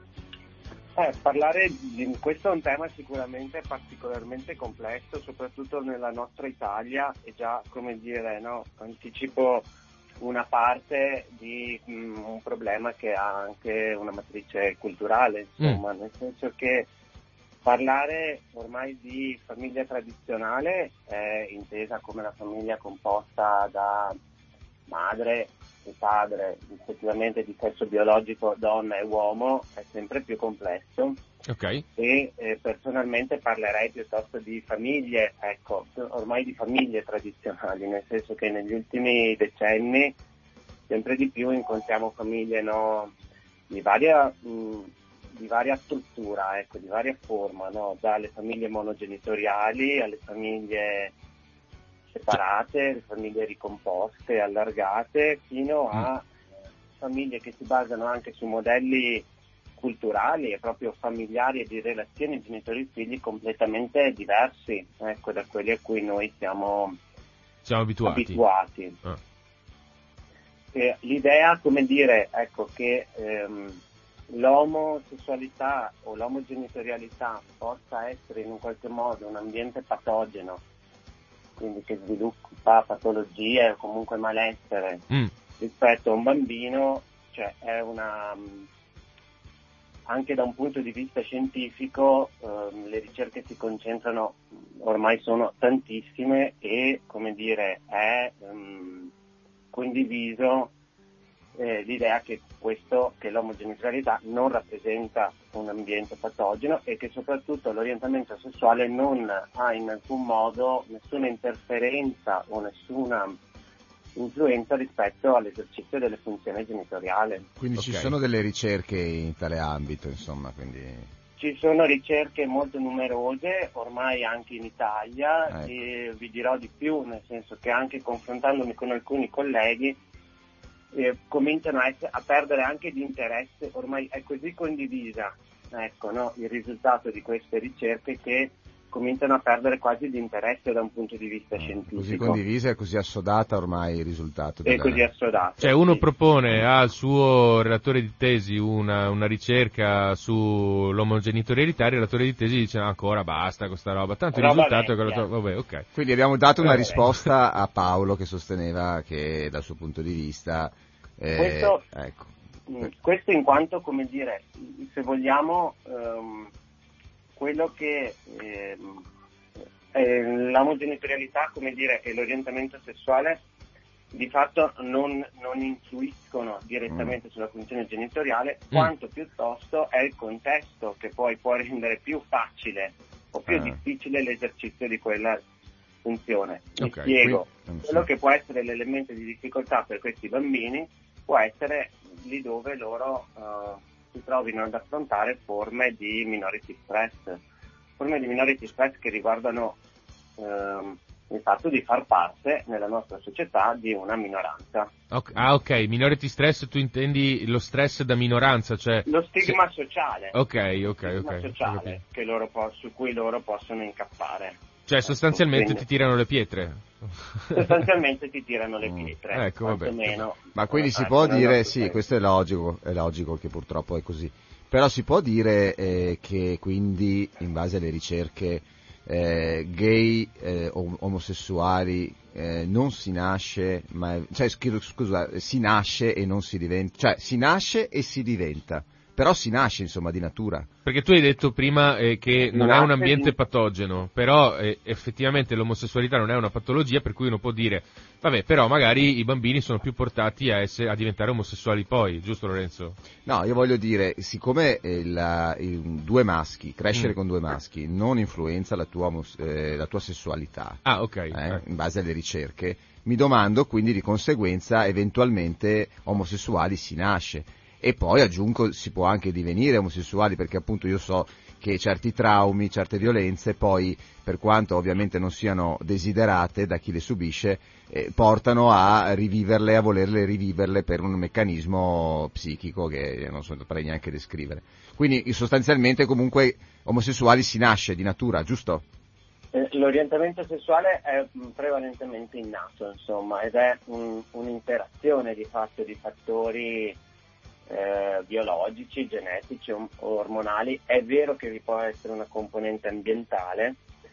Eh, parlare di questo è un tema sicuramente particolarmente complesso, soprattutto nella nostra Italia, e già, come dire, no, anticipo una parte di mh, un problema che ha anche una matrice culturale, insomma, mm. nel senso che parlare ormai di famiglia tradizionale è intesa come la famiglia composta da madre e padre, effettivamente di sesso biologico donna e uomo, è sempre più complesso. Ok. E eh, personalmente parlerei piuttosto di famiglie, ecco, ormai di famiglie tradizionali, nel senso che negli ultimi decenni sempre di più incontriamo famiglie, no, di varia mh, di varia struttura, ecco, di varia forma, no, dalle famiglie monogenitoriali alle famiglie separate, le famiglie ricomposte, allargate, fino a eh, famiglie che si basano anche su modelli culturali e proprio familiari e di relazioni genitori-figli completamente diversi, ecco, da quelli a cui noi siamo, siamo abituati. abituati. Ah. E l'idea, come dire, ecco, che ehm, l'omosessualità o l'omogenitorialità possa essere in un qualche modo un ambiente patogeno, quindi che sviluppa patologie o comunque malessere mm. rispetto a un bambino, cioè è una, anche da un punto di vista scientifico ehm, le ricerche si concentrano, ormai sono tantissime, e come dire è ehm, condiviso eh, l'idea che questo, che l'omogenitorialità non rappresenta un ambiente patogeno e che soprattutto l'orientamento sessuale non ha in alcun modo nessuna interferenza o nessuna influenza rispetto all'esercizio delle funzioni genitoriali. Quindi okay. Ci sono delle ricerche in tale ambito, insomma, quindi... Ci sono ricerche molto numerose, ormai anche in Italia, ecco. E vi dirò di più, nel senso che anche confrontandomi con alcuni colleghi eh, cominciano a, essere, a perdere anche di interesse, ormai è così condivisa, ecco, no, il risultato di queste ricerche, che cominciano a perdere quasi di interesse da un punto di vista scientifico. Così condivisa e così assodata ormai il risultato. E così assodata. Cioè uno sì. propone al suo relatore di tesi una, una ricerca sull'omogenitorialità, il relatore di tesi dice ancora basta questa roba, tanto roba il risultato vecchia. è quello... Vabbè, ok. Quindi abbiamo dato una Vabbè. risposta a Paolo che sosteneva che dal suo punto di vista... Eh, questo, ecco. questo in quanto, come dire, se vogliamo... Um, quello che eh, eh, l'omogenitorialità, come dire, e l'orientamento sessuale di fatto non, non influiscono direttamente mm. sulla funzione genitoriale, mm. quanto piuttosto è il contesto che poi può rendere più facile o più ah. difficile l'esercizio di quella funzione. Mi okay, spiego, qui, quello so. che può essere l'elemento di difficoltà per questi bambini può essere lì dove loro... Uh, si trovino ad affrontare forme di minority stress, forme di minority stress che riguardano ehm, il fatto di far parte nella nostra società di una minoranza. Okay. Ah ok, minority stress tu intendi lo stress da minoranza, cioè... Lo stigma se... sociale. Ok, ok, lo ok. Stigma sociale okay. Che loro po- su cui loro possono incappare. Cioè sostanzialmente Quindi, ti tirano le pietre. Sostanzialmente ti tirano le pietre. Mm, ecco, vabbè. Meno, ma quindi si può dire, sì, questo è logico, è logico che purtroppo è così, però si può dire eh, che quindi in base alle ricerche eh, gay, eh, om- omosessuali, eh, non si nasce, ma cioè scusa, scusa, si nasce e non si diventa, cioè si nasce e si diventa, però si nasce insomma di natura. Perché tu hai detto prima eh, che non è un ambiente patogeno, però eh, effettivamente l'omosessualità non è una patologia, per cui uno può dire, vabbè, però magari i bambini sono più portati a, essere, a diventare omosessuali poi, giusto Lorenzo? No, io voglio dire, siccome il, il, due maschi, crescere mm. con due maschi non influenza la tua, eh, la tua sessualità, ah, ok, eh, eh. in base alle ricerche, mi domando quindi di conseguenza eventualmente omosessuali si nasce. E poi aggiungo, si può anche divenire omosessuali, perché appunto io so che certi traumi, certe violenze poi, per quanto ovviamente non siano desiderate da chi le subisce, eh, portano a riviverle, a volerle riviverle per un meccanismo psichico che non saprei neanche descrivere. Quindi sostanzialmente comunque omosessuali si nasce di natura, giusto? Eh, l'orientamento sessuale è prevalentemente innato, insomma, ed è un, un'interazione di fatto di fattori Eh, biologici, genetici o ormonali. È vero che vi può essere una componente ambientale,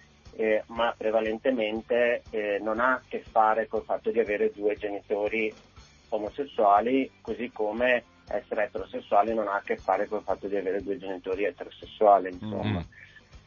eh, ma prevalentemente eh, non ha a che fare col fatto di avere due genitori omosessuali, così come essere eterosessuali non ha a che fare col fatto di avere due genitori eterosessuali, insomma. Mm.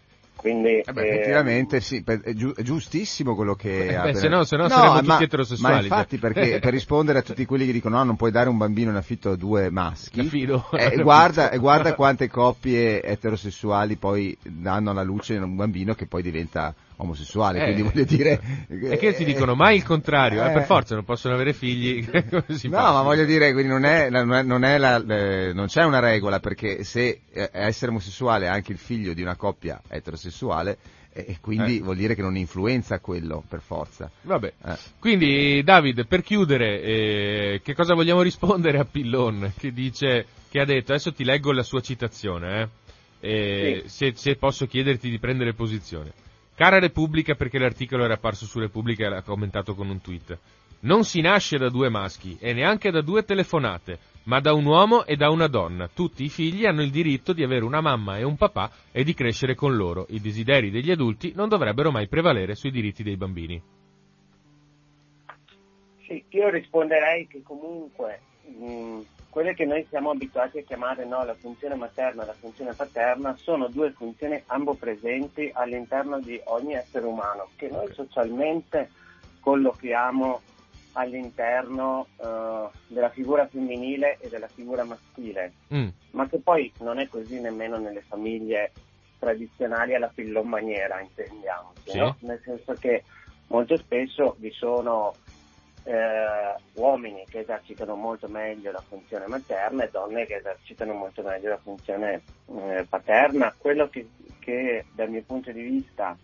Quindi eh beh, eh, effettivamente sì, è, giu- è giustissimo quello che eh ha beh, appena... se no, se no no saremmo ma, tutti eterosessuali. Ma infatti, perché per rispondere a tutti quelli che dicono no, non puoi dare un bambino in affitto a due maschi, Affido, eh, guarda, eh, guarda quante coppie eterosessuali poi danno alla luce un bambino che poi diventa omosessuale, eh, quindi voglio dire... E che ti dicono mai il contrario, eh, eh, per forza non possono avere figli, come si no, fa? ma voglio dire, quindi non è, non è, non è la, eh, non c'è una regola, perché se eh, essere omosessuale è anche il figlio di una coppia eterosessuale, e quindi eh. vuol dire che non influenza quello per forza. Vabbè, eh. Quindi David, per chiudere, eh, che cosa vogliamo rispondere a Pillon che dice, che ha detto, adesso ti leggo la sua citazione, eh, eh, sì. se, se posso chiederti di prendere posizione. Cara Repubblica, perché l'articolo era apparso su Repubblica e l'ha commentato con un tweet. Non si nasce da due maschi e neanche da due telefonate, ma da un uomo e da una donna. Tutti i figli hanno il diritto di avere una mamma e un papà e di crescere con loro. I desideri degli adulti non dovrebbero mai prevalere sui diritti dei bambini. Sì, io risponderei che comunque mh, quelle che noi siamo abituati a chiamare no, la funzione materna e la funzione paterna sono due funzioni ambopresenti all'interno di ogni essere umano, che noi socialmente collochiamo all'interno uh, della figura femminile e della figura maschile, mm. ma che poi non è così nemmeno nelle famiglie tradizionali alla Pillon maniera, intendiamoci, sì. no? Nel senso che molto spesso vi sono eh, uomini che esercitano molto meglio la funzione materna e donne che esercitano molto meglio la funzione eh, paterna. Quello che, che dal mio punto di vista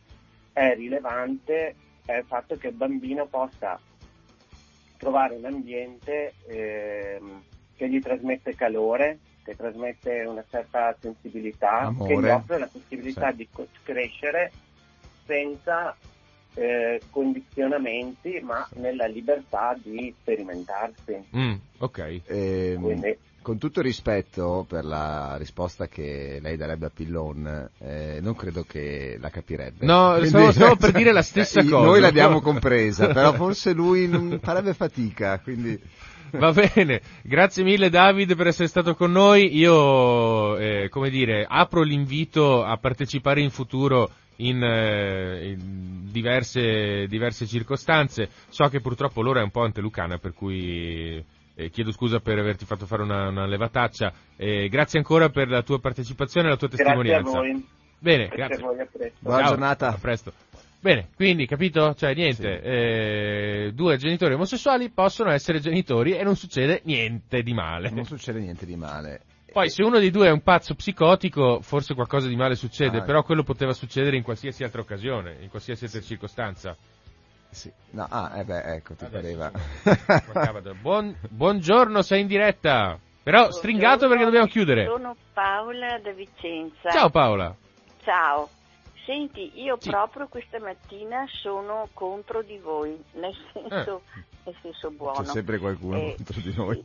è rilevante è il fatto che il bambino possa trovare un ambiente eh, che gli trasmette calore, che trasmette una certa sensibilità, amore, che gli offre la possibilità sì. di co- crescere senza eh, condizionamenti, ma nella libertà di sperimentarsi. Mm, ok. Ehm, Quindi, con tutto rispetto per la risposta che lei darebbe a Pillon, eh, non credo che la capirebbe. No, Quindi, stavo, stavo per dire la stessa cosa. Noi l'abbiamo compresa, però forse lui non farebbe fatica, quindi... Va bene, grazie mille David per essere stato con noi. Io, eh, come dire, apro l'invito a partecipare in futuro in, eh, in diverse, diverse circostanze. So che purtroppo l'ora è un po' antelucana, per cui... Eh, chiedo scusa per averti fatto fare una, una levataccia. Eh, grazie ancora per la tua partecipazione e la tua testimonianza. Grazie a voi. Bene, grazie. grazie. A voi, a presto. Buona Ciao, giornata. A presto. Bene, quindi, capito? Cioè, niente, sì. eh, due genitori omosessuali possono essere genitori e non succede niente di male. Non succede niente di male. Poi, se uno dei due è un pazzo psicotico, forse qualcosa di male succede, ah, però quello poteva succedere in qualsiasi altra occasione, in qualsiasi altra circostanza. Sì. No, ah, eh beh, ecco, ti Adesso, pareva. Buon, buongiorno, sei in diretta. Però buongiorno, stringato perché dobbiamo chiudere. Sono Paola da Vicenza. Ciao Paola. Ciao. Senti, io sì. proprio questa mattina sono contro di voi, nel senso, eh. nel senso buono. C'è sempre qualcuno eh, contro di noi.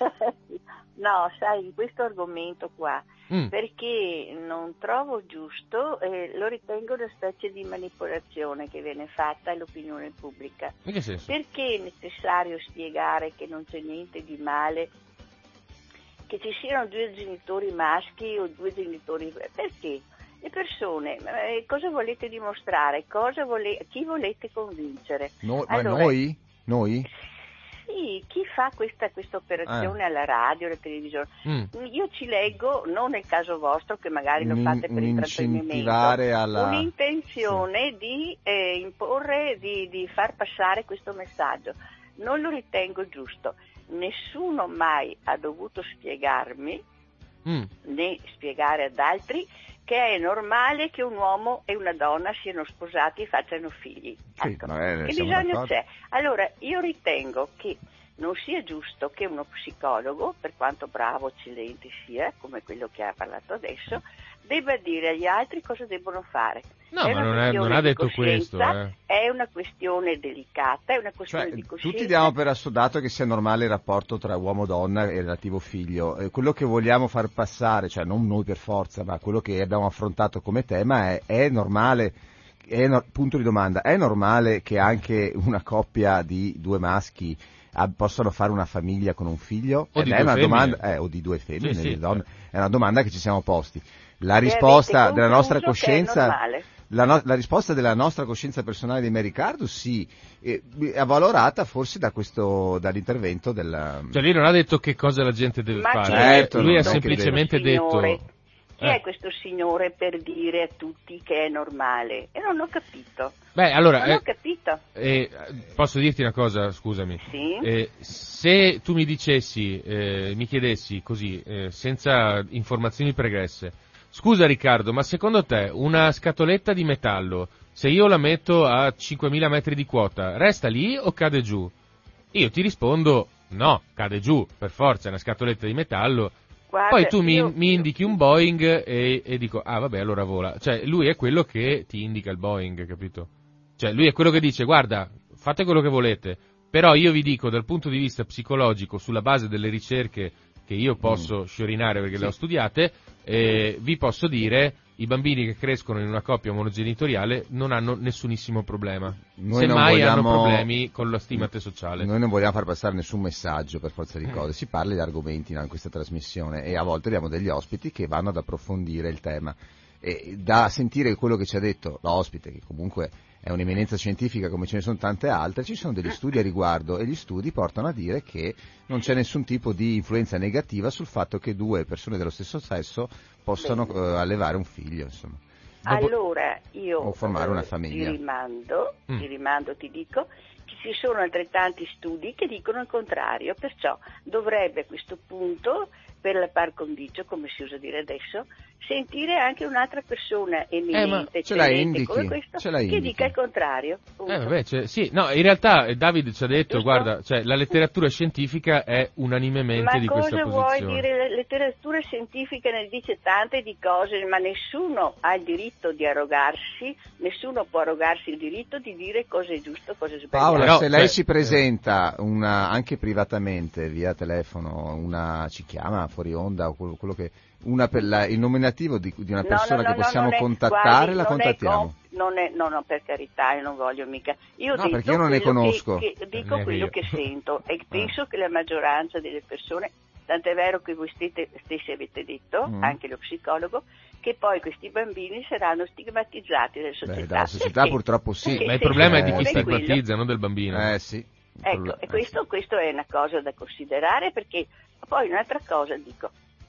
No, sai, in questo argomento qua, mm. perché non trovo giusto, eh, lo ritengo una specie di manipolazione che viene fatta all'opinione pubblica. In che senso? Perché è necessario spiegare che non c'è niente di male che ci siano due genitori maschi o due genitori... Perché? Le persone, eh, cosa volete dimostrare? Cosa vole... Chi volete convincere? No, allora, ma noi? Noi? Sì, chi fa questa, questa operazione eh. alla radio, alla televisione? Mm. Io ci leggo, non nel caso vostro, che magari lo Un, fate per intrattenimento, alla... un'intenzione sì. di eh, imporre, di, di far passare questo messaggio. Non lo ritengo giusto. Nessuno mai ha dovuto spiegarmi, mm. né spiegare ad altri, che è normale che un uomo e una donna siano sposati e facciano figli. Sì, ecco. eh, Che siamo bisogno d'accordo. c'è? Allora, io ritengo che non sia giusto che uno psicologo, per quanto bravo, eccellente sia, come quello che ha parlato adesso, debba dire agli altri cosa debbono fare. No, è ma una non, è, non questione ha di detto questo. coscienza, Eh. È una questione delicata, è una questione Cioè, di coscienza. tutti diamo per assodato che sia normale il rapporto tra uomo e donna e relativo figlio. Eh, quello che vogliamo far passare, cioè non noi per forza, ma quello che abbiamo affrontato come tema è, è normale, è no, punto di domanda, è normale che anche una coppia di due maschi ah, possano fare una famiglia con un figlio? O Ed di è due una femmine. domanda, eh, o di due femmine, Sì, sì, di donne. certo. È una domanda che ci siamo posti. La E risposta avete della nostra concluso che è coscienza... normale. La, no- la risposta della nostra coscienza personale di Mary Riccardo sì, eh, è valorata forse da questo, dall'intervento della... Cioè lui non ha detto che cosa la gente deve Ma fare, chi Certo, lui non ha è che semplicemente deve- detto... Signore, Chi Eh. è questo signore per dire a tutti che è normale? E non ho capito. Beh, allora, Non eh, ho capito. eh, posso dirti una cosa, scusami? Sì? Eh, se tu mi dicessi, eh, mi chiedessi così, eh, senza informazioni pregresse, scusa Riccardo, ma secondo te una scatoletta di metallo, se io la metto a cinquemila metri di quota, resta lì o cade giù? Io ti rispondo, no, cade giù, per forza, è una scatoletta di metallo. Guarda, Poi tu mi, io- mi indichi un Boeing e, e dico, ah vabbè, allora vola. Cioè, lui è quello che ti indica il Boeing, capito? Cioè, lui è quello che dice, guarda, fate quello che volete, però io vi dico dal punto di vista psicologico, sulla base delle ricerche che io posso mm. sciorinare perché Sì. le ho studiate, eh, vi posso dire, i bambini che crescono in una coppia monogenitoriale non hanno nessunissimo problema. Noi non Semmai hanno vogliamo- problemi con la stimate sociale. Noi non vogliamo far passare nessun messaggio per forza di cose, si parla di argomenti in questa trasmissione e a volte abbiamo degli ospiti che vanno ad approfondire il tema. E da sentire quello che ci ha detto l'ospite, che comunque è un'eminenza scientifica come ce ne sono tante altre, ci sono degli studi a riguardo e gli studi portano a dire che non c'è nessun tipo di influenza negativa sul fatto che due persone dello stesso sesso possano eh, allevare un figlio, insomma. Dopo- Allora io O formare una eh, famiglia. ti rimando, Mm. ti rimando, ti dico che ci sono altrettanti studi che dicono il contrario, perciò dovrebbe a questo punto, per la par condicio, come si usa dire adesso, sentire anche un'altra persona eminente, ce la eccellente indichi, come questo, ce la che indichi. dica il contrario. punto. Eh, vabbè, cioè, sì, no, in realtà eh, David ci ha detto, Giusto? guarda, cioè, la letteratura scientifica è unanimemente Ma di questa cosa vuoi posizione. dire? La letteratura scientifica ne dice tante di cose, ma nessuno ha il diritto di arrogarsi, nessuno può arrogarsi il diritto di dire cosa è giusto, cosa è sbagliato. Paola, Però, se lei cioè, si presenta una, anche privatamente via telefono, una ci chiama fuori onda o quello, quello che una per la, il nominativo di, di una No, persona no, no, che no, possiamo non è- contattare, guardi, la non è contattiamo. com- non è, no, no, per carità, io non voglio mica. Io ho No, detto perché io non ne quello conosco. Che, che- dico Eh, quello io. che sento e penso che la maggioranza delle persone, tant'è vero che voi stete, stessi avete detto, Mm. anche lo psicologo, che poi questi bambini saranno stigmatizzati dalla società. Beh, dalla società Perché? purtroppo sì. Perché Ma il se problema è di il chi comune è quello- stigmatizza, non del bambino. Eh sì. Ecco, e questo, questo è una cosa da considerare, perché poi un'altra cosa dico,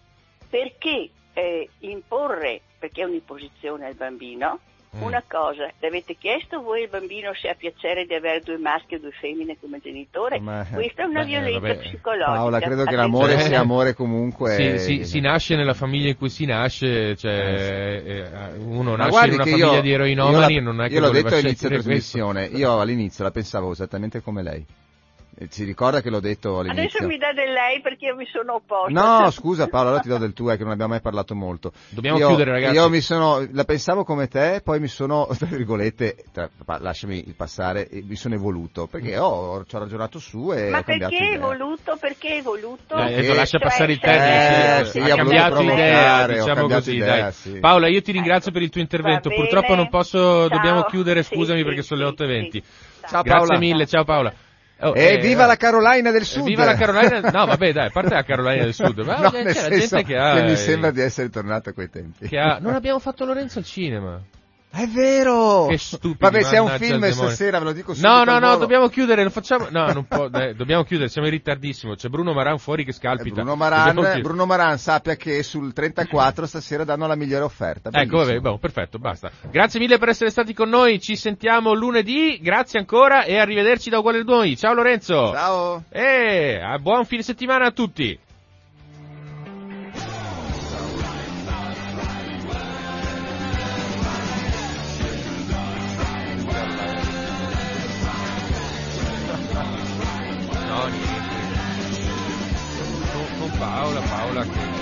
perché eh, imporre, perché è un'imposizione al bambino, Mm. una cosa, l'avete chiesto voi il bambino se ha piacere di avere due maschi o due femmine come genitore? Ma- Questa è una beh, violenza vabbè. psicologica. Paola, credo che Attenzione. l'amore Eh. sia amore comunque. Si, si- si nasce nella famiglia in cui si nasce, cioè eh, uno Ma nasce guardi in una che famiglia io- di io eroinomani la- e non è che io l'ho voleva detto all'inizio scegliere della trasmissione, questo. io all'inizio la pensavo esattamente come lei. Si ricorda che l'ho detto all'inizio. Adesso mi dà del lei perché io mi sono opposta. No, scusa Paolo, allora ti do del tuo, è che non abbiamo mai parlato molto. Dobbiamo io, chiudere, ragazzi. Io mi sono, la pensavo come te, poi mi sono, tra virgolette, tra, lasciami passare, mi sono evoluto, perché oh, ci ho ragionato su e Ma ho cambiato perché idea. evoluto? Perché evoluto? Eh, Perché... lascia passare il termine, termine, eh, sì, sì, ha ha cambiato voluto idea, provocare, ho diciamo cambiato così, idea, dai. sì. Paola, io ti ringrazio per il tuo intervento, Va purtroppo bene. non posso, Ciao. dobbiamo chiudere, Sì, scusami sì, perché sono le sì, otto e venti. sì. Ciao Grazie Paola. mille, ciao Paola. Oh, E eh, viva la Carolina del Sud! Viva la Carolina, no vabbè dai, a parte la Carolina del Sud, ma no, c'è nel la senso gente che ha... mi sembra di essere tornato a quei tempi. Che ha... Non abbiamo fatto Lorenzo al cinema. È vero! Che stupidi, Vabbè, se è un mannaggia film il demonio. stasera, ve lo dico subito No, al no, no, volo. dobbiamo chiudere, non facciamo... No, non può... eh, dobbiamo chiudere, siamo in ritardissimo. C'è Bruno Maran fuori che Eh, scalpita. Bruno Dobbiamo Maran, chiudere. Bruno Maran sappia che sul trentaquattro stasera danno la migliore offerta. Ecco, Bellissimo. vabbè, boh, perfetto, basta. Grazie mille per essere stati con noi, ci sentiamo lunedì, grazie ancora e arrivederci da Uguale Noi. Ciao Lorenzo! Ciao! E buon fine settimana a tutti! No, niente. Con, con Paola, Paola che...